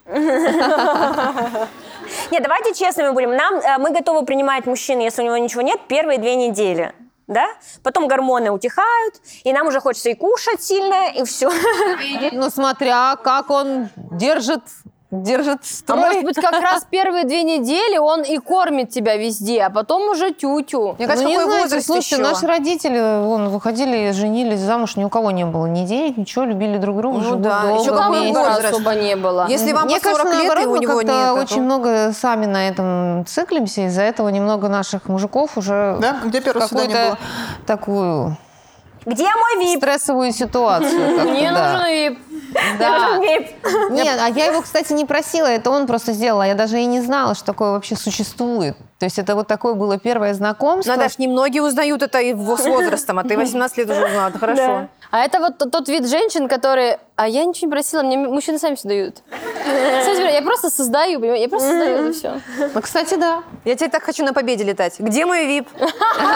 Нет, давайте честными будем. Мы готовы принимать мужчин, если у него ничего нет, первые 2 недели. Да? Потом гормоны утихают, и нам уже хочется и кушать сильно, и все. Ну, смотря как он держит А строй. может быть, как раз первые 2 недели он и кормит тебя везде, а потом уже тю-тю. Мне кажется, Ну, не какой знаете, возраст слушайте, еще? наши родители вон, выходили, женились замуж, ни у кого не было ни денег, ничего, любили друг друга, живут да, долго еще Там какой вместе. выбора возраст? особо не было. Если вам Мне по 40 кажется, лет, и наоборот, у мы него как-то нет. очень много сами на этом циклимся, из-за этого немного наших мужиков уже Да? Где первое свидание какую-то было? такую Где мой вип? стрессовую ситуацию. как-то, Мне да. нужен вип. Да. Вип. Нет, а я его, кстати, не просила, это он просто сделал. Я даже и не знала, что такое вообще существует. То есть это вот такое было первое знакомство. Наташ, немногие узнают это и с возрастом, а ты 18 лет уже узнала, это хорошо. А это вот тот вид женщин, которые... А я ничего не просила, мне мужчины сами все дают. Кстати, я просто создаю, понимаете? Я просто создаю, и все. Ну, кстати, да. Я теперь так хочу на победе летать. Где мой вип? Вот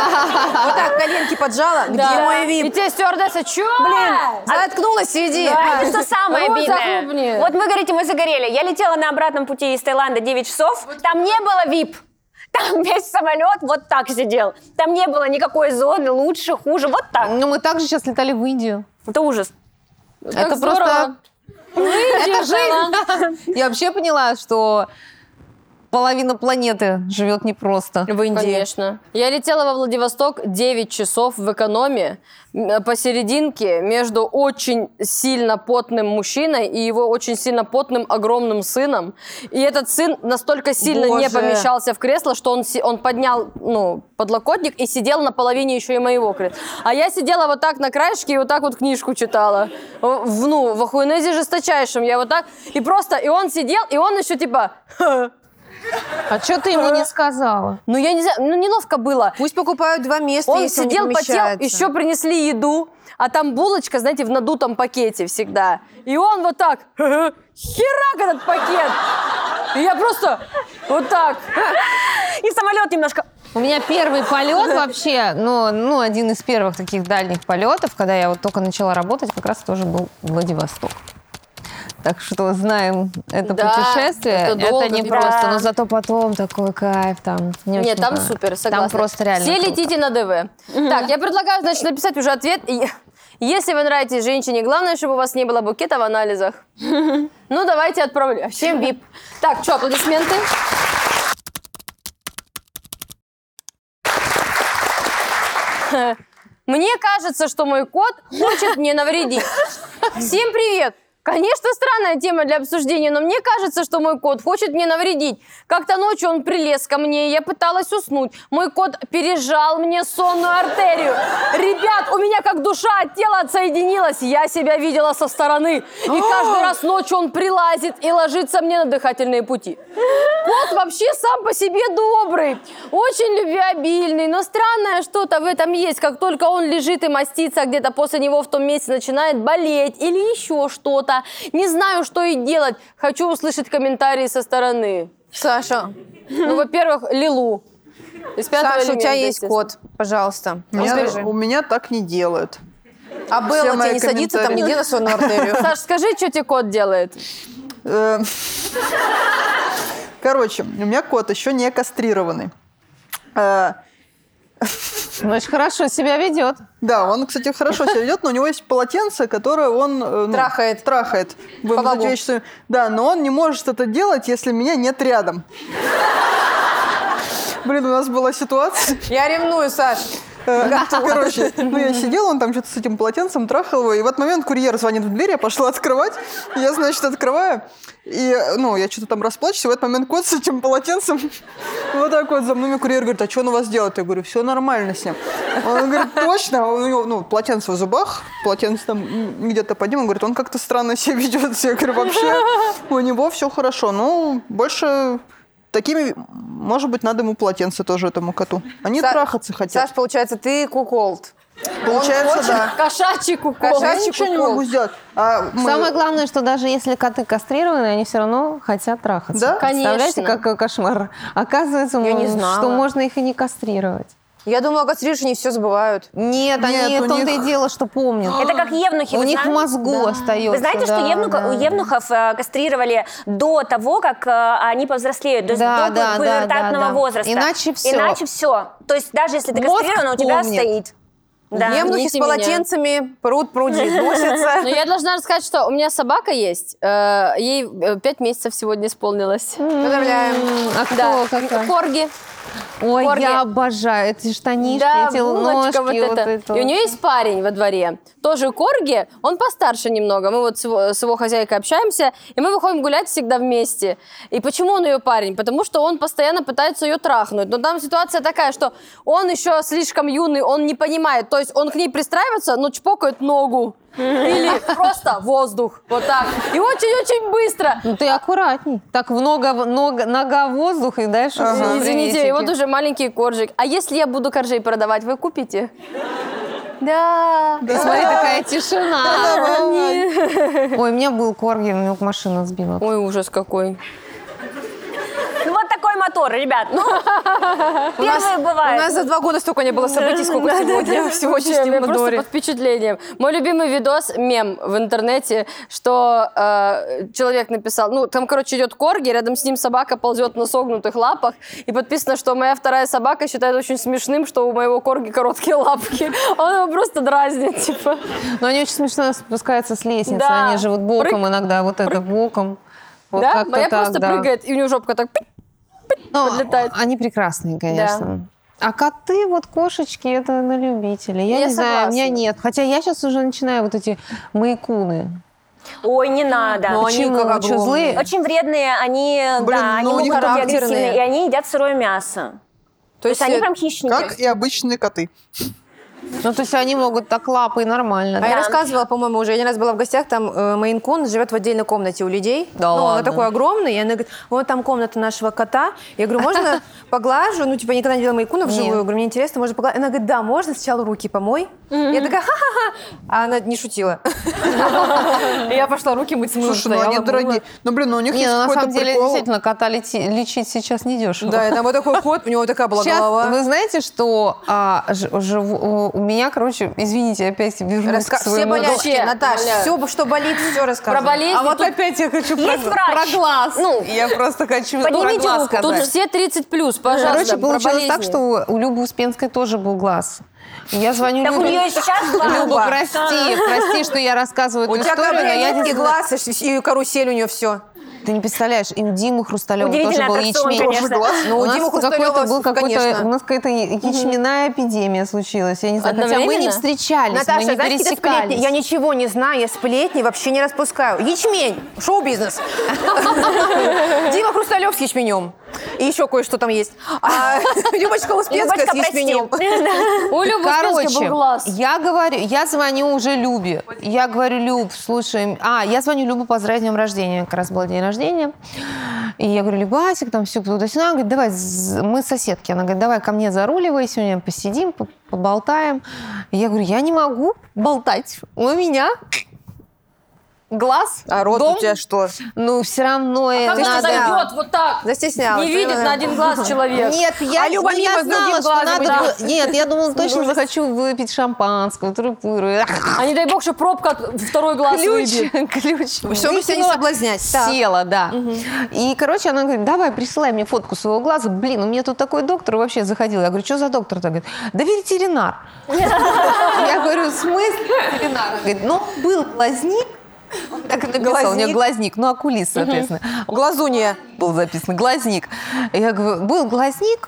так, коленки поджала. Где мой И вип? те стюардесса, чё? Заткнулась, иди. Знаете, что самое Рот обидное? захлопни. Вот вы говорите, мы загорели. Я летела на обратном пути из Таиланда 9 часов. Там не было вип. Там весь самолет вот так сидел. Там не было никакой зоны, лучше, хуже. Вот так. Ну, мы также сейчас летали в Индию. Это ужас. Как это здорово. Это жизнь. Я вообще поняла, что половина планеты живет непросто. В Индии. Конечно. Я летела во Владивосток 9 часов в экономе посерединке между очень сильно потным мужчиной и его очень сильно потным огромным сыном. И этот сын настолько сильно не Боже. помещался в кресло, что он поднял подлокотник и сидел на половине еще и моего кресла. А я сидела вот так на краешке и вот так вот книжку читала. В охуенезе жесточайшем. Я вот так. И он сидел, и он еще типа... А что ты ему не сказала? Ну, я не знаю, неловко было. Пусть покупают 2 места, Он если сидел, не потел, помещается. еще принесли еду, а там булочка, знаете, в надутом пакете всегда. И он вот так, херак этот пакет. И я просто вот так. И самолет немножко... У меня первый полет вообще, ну, один из первых таких дальних полетов, когда я вот только начала работать, как раз тоже был Владивосток. Так что знаем это Да, путешествие. это долго, не да. просто, но зато потом такой кайф там. Не Нет, очень там понравилось. супер, согласна. Там просто реально Все круто. летите на ДВ. Так, я предлагаю, значит, написать уже ответ. Если вы нравитесь женщине, главное, чтобы у вас не было букета в анализах. Ну, давайте отправляем. Всем вип. Так, что, аплодисменты? Мне кажется, что мой кот хочет мне навредить. Всем привет! Конечно, странная тема для обсуждения, но мне кажется, что мой кот хочет мне навредить. Как-то ночью он прилез ко мне, я пыталась уснуть. Мой кот пережал мне сонную артерию. Ребят, у меня как душа от тела отсоединилась. Я себя видела со стороны. И каждый раз ночью он прилазит и ложится мне на дыхательные пути. Кот вообще сам по себе добрый, очень любвеобильный, но странное что-то в этом есть. Как только он лежит и мастится где-то после него в том месте начинает болеть или еще что-то. Не знаю, что и делать. Хочу услышать комментарии со стороны. Саша, Ну, во-первых, Лилу. Из пятого Саша, у тебя элемента, есть естественно. кот, пожалуйста. У меня так не делают. А Белла мои тебе не садится там комментарии. нигде на сонную артерию? Саш, скажи, что тебе кот делает? Короче, у меня кот еще не кастрированный. Ну, очень хорошо себя ведет. Да, он, кстати, хорошо себя ведет, но у него есть полотенце, которое он Трахает. Будем По богу. Да, но он не может это делать, если меня нет рядом. Блин, у нас была ситуация. Я ревную, Саш. Короче, я сидела, он там что-то с этим полотенцем трахал его, и в этот момент курьер звонит в дверь, я пошла открывать, я, значит, открываю, и, я что-то там расплачусь, и в этот момент кот с этим полотенцем вот так вот за мной, курьер говорит, а что он у вас делает? Я говорю, все нормально с ним. Он говорит, точно? У него, полотенце в зубах, полотенце там где-то под ним, он говорит, он как-то странно себя ведет. Я говорю, вообще, у него все хорошо, больше... Такими, может быть, надо ему полотенце тоже, этому коту. Они трахаться хотят. Саш, получается, ты куколд. Получается, да. Кошачий кукол. Я ничего не могу сделать. Самое главное, что даже если коты кастрированы, они все равно хотят трахаться. Да? Представляете, Конечно. какой кошмар? Оказывается, Я не знала. что можно их и не кастрировать. Я думала, кастрируешь, они все забывают. Нет, они у в том-то них- и дело, что помнят. Это как евнухи. У вы них в знаете? мозгу остается. Вы знаете, что у евнухов кастрировали до того, как они повзрослеют, то есть Да, до да, пубертатного да. возраста. Иначе всё. Иначе все. То есть даже если ты Мозг кастрирован, у тебя помнит. стоит. Да. Евнухи с Извините меня. полотенцами, пруд-пруди, носятся. Но я должна рассказать, что у меня собака есть. Ей 5 месяцев сегодня исполнилось. Поздравляем. А кто? Да, Какая? корги. Ой, Корги. я обожаю эти штанишки, Да, эти булочка ножки. вот это. И у нее есть парень во дворе, тоже корги, он постарше немного. Мы вот с его хозяйкой общаемся, и мы выходим гулять всегда вместе. И почему он ее парень? Потому что он постоянно пытается ее трахнуть. Но там ситуация такая, что он еще слишком юный, он не понимает. То есть он к ней пристраивается, но чпокает ногу. Или просто воздух. Вот так. И очень-очень быстро. Ну ты аккуратней. Так нога воздух и дальше всё, Извините, приветики. и вот уже маленький коржик. А если я буду коржей продавать, вы купите? Да. И смотри, такая тишина. Ой, у меня был корги, у него машина сбила. Ой, ужас какой. Ну, вот такой мотор, ребят. Ну, первые У бывают. нас за 2 года столько не было событий, сколько сегодня. Всего Вообще, частей я в просто Мондоре. под впечатлением. Мой любимый видос, мем в интернете, что человек написал, там, короче, идет корги, рядом с ним собака ползет на согнутых лапах, и подписано, что моя вторая собака считает очень смешным, что у моего корги короткие лапки. Он его просто дразнит, типа. Но они очень смешно спускаются с лестницы, Да. они живут боком иногда, вот это боком. Вот Да? как-то Моя так, просто да. прыгает, и у нее жопка так... Ну, подлетает. они прекрасные, конечно. А коты, вот кошечки, это на любителей. Я Я не знаю, у меня согласна. нет. Хотя я сейчас уже начинаю вот эти майкуны. Ой, не надо. Но они Почему? как Что, огромные. злые? Очень вредные, они, Блин, да, они ну, у них могут быть характерные. агрессивные, и они едят сырое мясо. То есть они прям хищники. Как и обычные коты. Ну, то есть они могут так лапой нормально. А да? я рассказывала, по-моему, уже, я не раз была в гостях, там Мейн-кун живет в отдельной комнате у людей. Да Он ладно? такой огромный, и она говорит, вот там комната нашего кота. Я говорю, можно поглажу? Ну, типа, я никогда не видела Мейн-куна вживую. Нет. Я говорю, мне интересно, можно поглаживать? Она говорит, да, можно, сначала руки помой. Я такая, ха-ха-ха. А она не шутила. И я пошла руки мыть с мылом. Слушай, ну они стояла, дорогие. мыла. Ну, блин, у них Не, есть ну, на какой-то самом деле, прикол. действительно, кота лечить сейчас недешево. Да, и там вот такой кот, у него такая была Сейчас, голова. вы знаете, что у меня, короче, извините, опять вернусь к Все своему... болячки, Вообще, Наташ, Оля. все, что болит, все рассказывай. Про болезни А вот тут, опять я хочу Есть про врач? глаз. Ну, Я просто хочу про поднимите глаз руку. тут сказать. все 30+, пожалуйста. Короче, про получилось так, болезни. что у Любы Успенской тоже был глаз. Я звоню Так у Любе. нее и сейчас глаз. Люба, прости, что я рассказываю У эту тебя историю, но я и не глаз, и карусель у нее все. Ты не представляешь, и у Димы Хрусталева тоже Удивительный был аттракцион, ячмень. конечно. Ну, У у нас Димы какой-то был Хрусталева, конечно. у нас какая-то ячменная эпидемия случилась. Я не знаю, хотя мы не Одновременно? встречались, Наташа, мы не знаешь, какие сплетни? пересекались. Я ничего не знаю, я сплетни вообще не распускаю. Ячмень, шоу-бизнес. Дима Хрусталев с ячменем. И еще кое-что там есть. А Любочка Успенская Любочка, с ячменем. У Любы Успенской был глаз. я звоню уже Любе. Я говорю, Люб, слушай, я звоню Любе поздравить с днем рождения. Как раз был день рождения. И я говорю, Любасик, там все туда-сюда. Она говорит, давай, мы соседки. Она говорит, давай ко мне заруливай, сегодня посидим, поболтаем. И я говорю, я не могу болтать. У меня глаз, А рот дом, у тебя что? ну, все равно Как надо... она зайдет вот так? Застеснялась. Не видит на один глаз человек. Нет, я, А Люба я мимо с знала, другим что глазом надо идет. было- Нет, я думала, точно захочу выпить шампанского, трупыру. А не дай бог, что пробка второй глаз выбьет. Ключ. Все, мы себя не Выкинула, соблазнять. Так. Села, да. И, короче, она говорит, давай, присылай мне фотку своего глаза. Блин, у меня тут такой доктор вообще заходил. Я говорю, что за доктор? Она говорит, да ветеринар. Я говорю, в смысле ветеринар? Она говорит, ну, был глазник. Он так и написал, у нее глазник, ну, окулист, соответственно. Глазунья. Был записан глазник. Я говорю, был глазник,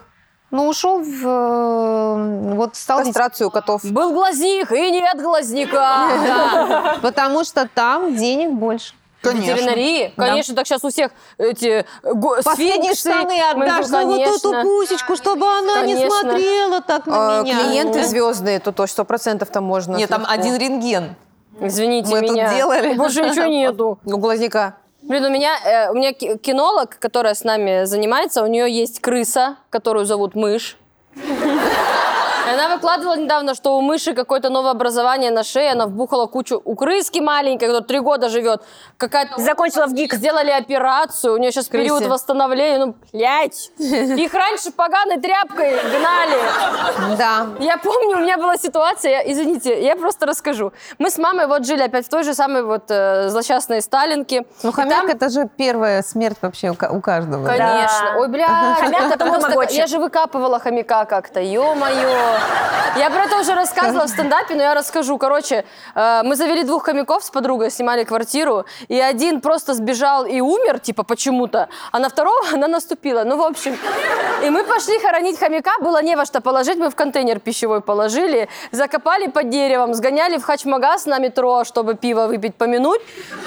Ну, ушел вот стал Кастрацию котов. Был глазник и нет глазника. Да, потому что там денег больше. Конечно. Ветеринарии? Да. Конечно, так сейчас у всех эти Последние сфинксы. штаны отдашь за вот эту Конечно. пусечку, чтобы она не Конечно. смотрела так на меня. Клиенты звездные, то 100% там можно. Нет, там легко. один рентген. Извините Мы тут меня. делали. Больше ничего нету. У глазника. Блин, у меня кинолог, которая с нами занимается, у нее есть крыса, которую зовут Мышь. И она выкладывала недавно, что у мыши какое-то новое образование на шее, она вбухала кучу у крыски маленькой, которая 3 года живет. Какая-то Закончила в ГИК. Сделали операцию, у нее сейчас период Крысе. восстановления. Ну, блядь, их раньше поганой тряпкой гнали. Да. Я помню, у меня была ситуация, извините, я просто расскажу. Мы с мамой вот жили опять в той же самой вот злосчастной Сталинке. Ну, И хомяк там- это же первая смерть вообще у каждого. Конечно. Да. Ой, бля, Хомяк это просто... тамагочи. Я же выкапывала хомяка как-то, ё-моё. Я про это уже рассказывала в стендапе, но я расскажу. Короче, мы завели 2 хомяков с подругой, снимали квартиру, и один просто сбежал и умер, типа, почему-то, а на второго она наступила. Ну, в общем, и мы пошли хоронить хомяка, было не во что положить, мы в контейнер пищевой положили, закопали под деревом, сгоняли в хачмагаз на метро, чтобы пиво выпить, помянуть.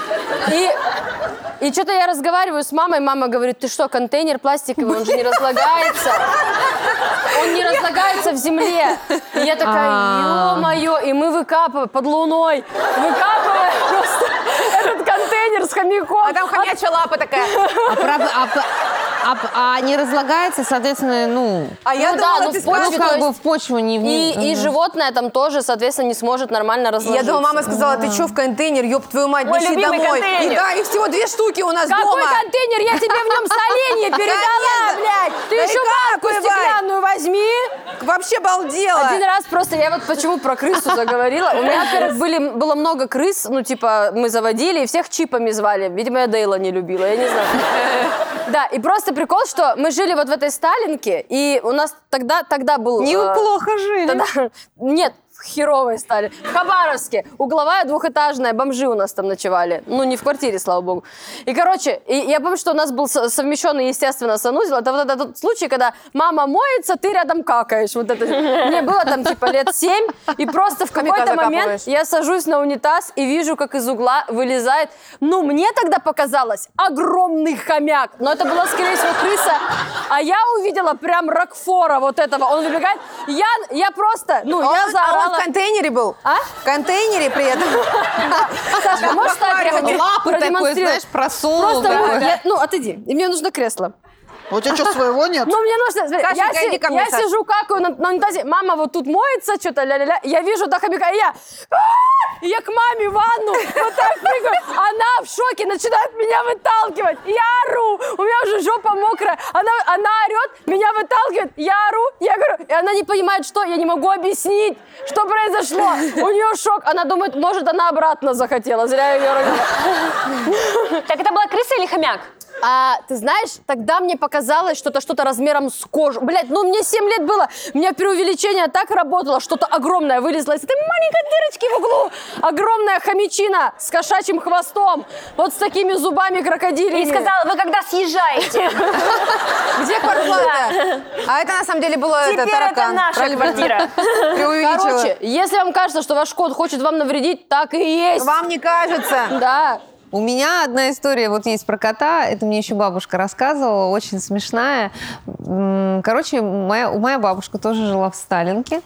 И что-то я разговариваю с мамой, мама говорит, ты что, контейнер пластиковый, он же не разлагается. Он не разлагается в земле. И я такая, ё-моё, и мы выкапываем под луной, выкапываем просто этот контейнер с хомяком. А там хомячья лапа такая. А не разлагается, соответственно, ну... А я Ну да, думала, ну ты в почве, скажешь. Ну, как то бы есть в почву не... И животное там тоже, соответственно, не сможет нормально Я разложиться. думала, мама сказала, ты что в контейнер, ёб твою мать, Мой неси любимый домой. контейнер. И да, их всего 2 штуки у нас Какой дома. контейнер? Я тебе в нем соленье передала, Конечно. блядь! Ты Да и еще как банку бывает? стеклянную возьми! Вообще балдела. Один раз просто, я вот почему про крысу заговорила. У меня, во-первых, было много крыс, ну, типа, мы заводили, и всех чипами звали. Видимо, я Дейла не любила, я не знаю. Да, и просто прикол, что мы жили вот в этой Сталинке, и у нас тогда был... Неплохо жили. Тогда, нет, херовой стали. В Хабаровске. Угловая, 2-этажная, бомжи у нас там ночевали. Ну, не в квартире, слава богу. И, короче, я помню, что у нас был совмещенный, естественно, санузел. Это вот этот случай, когда мама моется, ты рядом какаешь. Вот это. Мне было там, типа, лет 7, и просто в Хомяка какой-то момент закапываешь. я сажусь на унитаз и вижу, как из угла вылезает, ну, мне тогда показалось, огромный хомяк. Но это была, скорее всего, крыса. А я увидела прям Рокфора вот этого. Он выбегает. Я просто, ну, я Он заорала. в контейнере был? А? В контейнере при этом. Саша, можешь так? Я хочу Лапы такой, продемонстрировать. знаешь, просунул. Просто, такой. ну, отойди. И мне нужно кресло. У тебя что, своего нет? Ну, мне нужно... смотри, Сашенька, иди ко мне, я Саш. сижу, какаю на унитазе. Мама вот тут моется, что-то ля-ля-ля. Я вижу до хомяка, и я к маме в ванну вот так прыгаю. Она в шоке, начинает меня выталкивать. Я ору. У меня уже жопа мокрая. Она орет, меня выталкивает. Я ору. Я говорю, и она не понимает, что. Я не могу объяснить, что произошло. У нее шок. Она думает, может, она обратно захотела. Зря я ее родила. Так это была крыса или хомяк? А, ты знаешь, тогда мне показалось, что это что-то размером с кожу. Блядь, ну мне 7 лет было. У меня преувеличение так работало, что-то огромное вылезло из этой маленькой дырочки в углу. Огромная хомячина с кошачьим хвостом. Вот с такими зубами крокодильями. И сказала, вы когда съезжаете? Где квартплата? А это на самом деле было Теперь это таракан. наша Правильно? квартира. Преувеличила. Короче, если вам кажется, что ваш кот хочет вам навредить, так и есть. Вам не кажется? Да. У меня одна история вот есть про кота. Это мне еще бабушка рассказывала, очень смешная. Короче, моя бабушка тоже жила в Сталинке.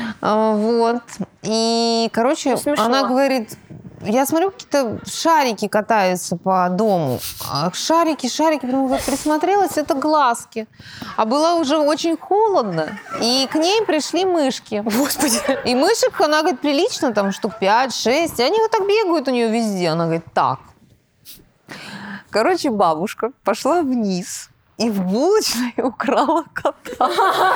Вот. И, короче, смешно. она говорит, я смотрю, какие-то шарики катаются по дому. Шарики, потом говорит, присмотрелась, это глазки. А было уже очень холодно, и к ней пришли мышки. Господи. И мышек, она говорит, прилично, там штук 5-6, и они вот так бегают у нее везде. Она говорит, так. Короче, бабушка пошла вниз и в булочной украла кота.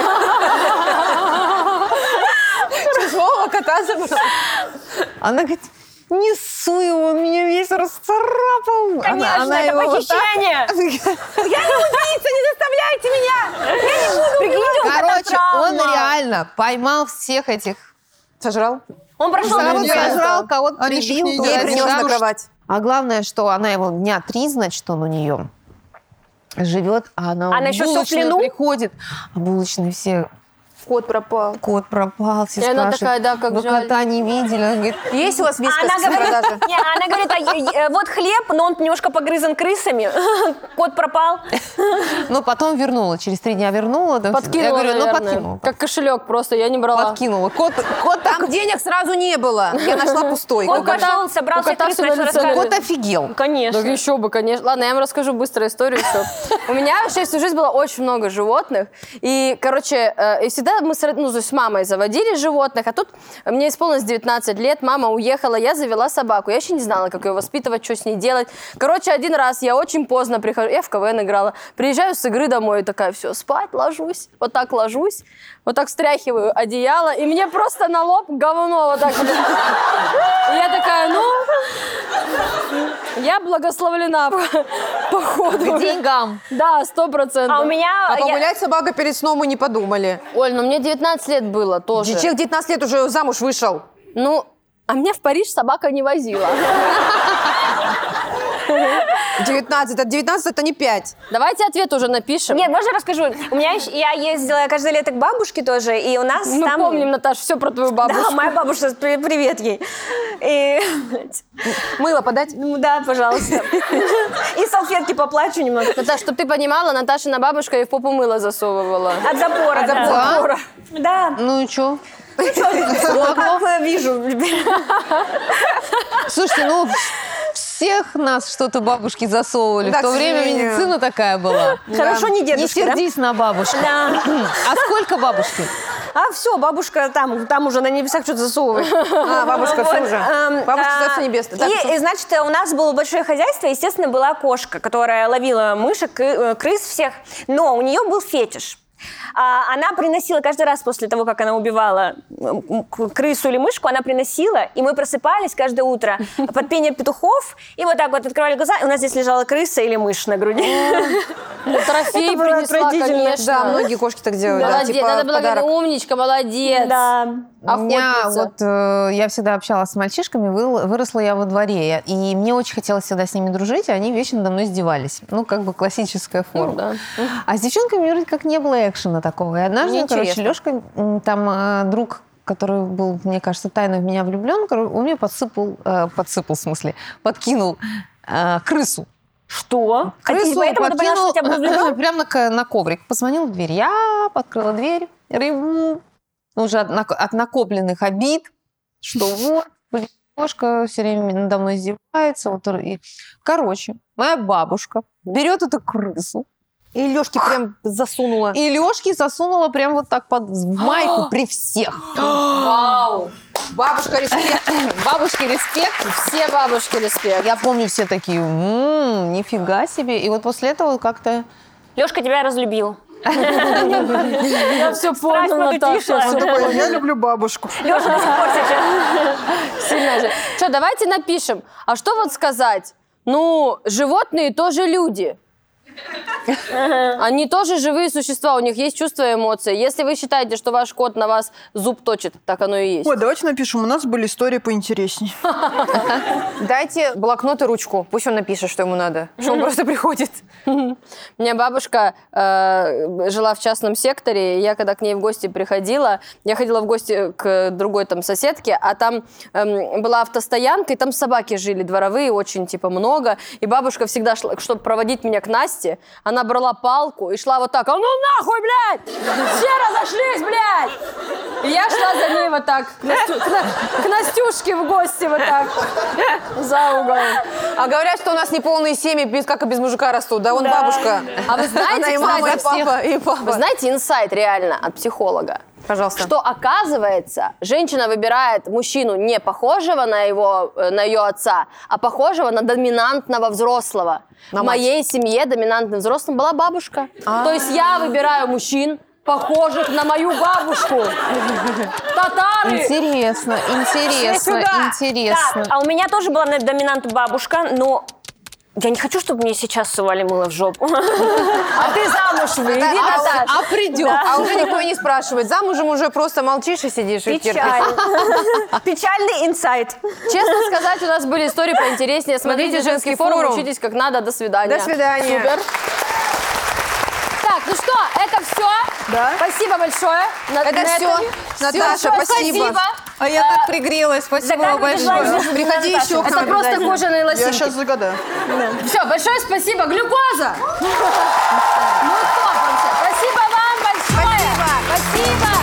Чужого кота забрала. Она говорит, несу его, он меня весь расцарапал. Конечно, это похищение. Я не убийца, не заставляйте меня! Я не буду Прикиньте, вот эта Короче, он травма. реально поймал всех этих. Сожрал? Он прошел на Нет. Сожрал, кого-то Они ж прибил. не Ей Да, принес да. на кровать. А главное, что она его дня 3, значит, он у нее. живет, а она Она в еще булочную соплину? приходит, а булочные все... Кот пропал. Кот пропал, все И она спрашивают, такая, да, как вы жаль. кота не видели? Она говорит, Есть у вас вискас Она в говорит, продаже? не, она говорит, вот хлеб, но он немножко погрызан крысами. Кот пропал. ну, потом вернула, через 3 дня вернула. Там, Подкинула, я говорю, наверное. подкинула. Как кошелек просто, я не брала. Подкинула. Кот Там денег сразу не было. Я нашла пустой. Кот пошел, собрал у кота всех крыс, всё на начал лице. рассказывать. Кот офигел. Конечно. Да еще бы, конечно. Ладно, я вам расскажу быстро историю еще. У меня вообще всю жизнь было очень много животных. И, короче, и всегда мы с мамой заводили животных. А тут мне исполнилось 19 лет, мама уехала, я завела собаку. Я еще не знала, как ее воспитывать, что с ней делать. Короче, один раз я очень поздно прихожу, я в КВН играла, приезжаю с игры домой, и такая, все, спать, ложусь. Вот так ложусь, вот так встряхиваю одеяло, и мне просто на лоб говно вот так. И я такая, ну, я благословлена, походу. К деньгам. Да, 100%. А у меня... А погулять собака перед сном мы не подумали. Оль, ну мне 19 лет было тоже. Человек 19 лет уже замуж вышел. Ну, а меня в Париж собака не возила. 19, от 19 это не 5. Давайте ответ уже напишем. Нет, можно расскажу? У меня я ездила каждое лето к бабушке тоже, и у нас Мы там... помним, Наташа, все про твою бабушку. Да, моя бабушка, привет ей. И... Мыло подать? Ну да, пожалуйста. И салфетки поплачу немного. Наташа, чтобы ты понимала, Наташина бабушка ей в попу мыло засовывала. От запора, От да. запора. Да. Ну и что? Как вижу. Слушайте, ну всех нас что-то бабушки засовывали. Да, В то к время сожалению. медицина такая была. Хорошо, не Не дедушка, да? сердись на бабушку. Да. А сколько бабушки? А все, бабушка там уже на небесах что-то засовывает. А, бабушка все Вот, уже. Бабушка Царство Небесное. Так, И, значит, у нас было большое хозяйство, естественно, была кошка, которая ловила мышек, крыс всех, но у нее был фетиш. Она приносила каждый раз после того, как она убивала крысу или мышку, она приносила, и мы просыпались каждое утро под пение петухов, и вот так вот открывали глаза, и у нас здесь лежала крыса или мышь на груди. Трофей Это было принесла, отвратительно. конечно. да, многие кошки так делают. Молодец, да, типа надо было подарок. говорить, умничка, молодец. Да. У меня Охотница. вот я всегда общалась с мальчишками, выросла я во дворе, и мне очень хотелось всегда с ними дружить, и они вечно надо мной издевались. Ну, как бы классическая форма. да. А с девчонками вроде как не было экшена такого. И однажды, короче, Неинтересно. Лешка, там друг, который был, мне кажется, тайно в меня влюблен, он мне подсыпал, в смысле, подкинул крысу. Что? Крысу Поэтому ты поняла, что у тебя был влюблен? прямо на коврик. Позвонил в дверь. Я открыла дверь, реву. Уже от накопленных обид, что вот, блин, кошка все время надо мной издевается. Вот, и... Короче, моя бабушка берет эту крысу, И Лёшке прям засунула. и Лёшке засунула прям вот так в майку при всех. Вау. Бабушка, респект. Бабушке респект. Все бабушки респект. Я помню, все такие, нифига себе. И вот после этого как-то... Лешка тебя разлюбил. Я все поняла, Страсть Наташа. потухла. Все Такой, я люблю бабушку. Леша до сих пор сейчас. сильно же. Что, давайте напишем. А что вот сказать? Ну, животные тоже люди. Они тоже живые существа, у них есть чувства и эмоции. Если вы считаете, что ваш кот на вас зуб точит, так оно и есть. Ой, давайте напишем, у нас были истории поинтересней. Дайте блокнот и ручку. Пусть он напишет, что ему надо. Что он просто приходит. У меня бабушка жила в частном секторе, и я когда к ней в гости приходила, я ходила в гости к другой там соседке, а там была автостоянка, и там собаки жили дворовые, очень типа много, и бабушка всегда шла, чтобы проводить меня к Насте, она брала палку и шла вот так, а ну нахуй, блядь! Все разошлись, блядь! И я шла за ней вот так, к Настюшке в гости вот так, за угол. А говорят, что у нас неполные семьи, как и без мужика растут. Да, вон бабушка. А вы знаете, Она и мама, и кстати, папа, и папа. вы знаете инсайт реально от психолога? Пожалуйста. Что оказывается, женщина выбирает мужчину не похожего на ее отца, а похожего на доминантного взрослого. На В мать. моей семье доминантным взрослым была бабушка. То есть я выбираю мужчин, похожих на мою бабушку. Татары! Интересно, интересно. Так, а у меня тоже была доминант бабушка, но я не хочу, чтобы мне сейчас сували мыло в жопу. А ты замуж выйди, Наташа. А придет. А уже никто и не спрашивает. Замужем уже просто молчишь и сидишь. И терпишь. Печально. Печальный инсайт. Честно сказать, у нас были истории поинтереснее. Смотрите Смотрите «Женский «Женский форум», форум». учитесь как надо. До свидания. До свидания. Супер. Да? Спасибо большое. Это все. Наташа, спасибо. А я так пригрелась. Спасибо вам большое. Приходи еще к Это нам просто обязательно. кожаные Я лосинки. сейчас загадаю. Все, большое спасибо. Глюкоза! Ну топ вообще. Спасибо вам большое. Спасибо.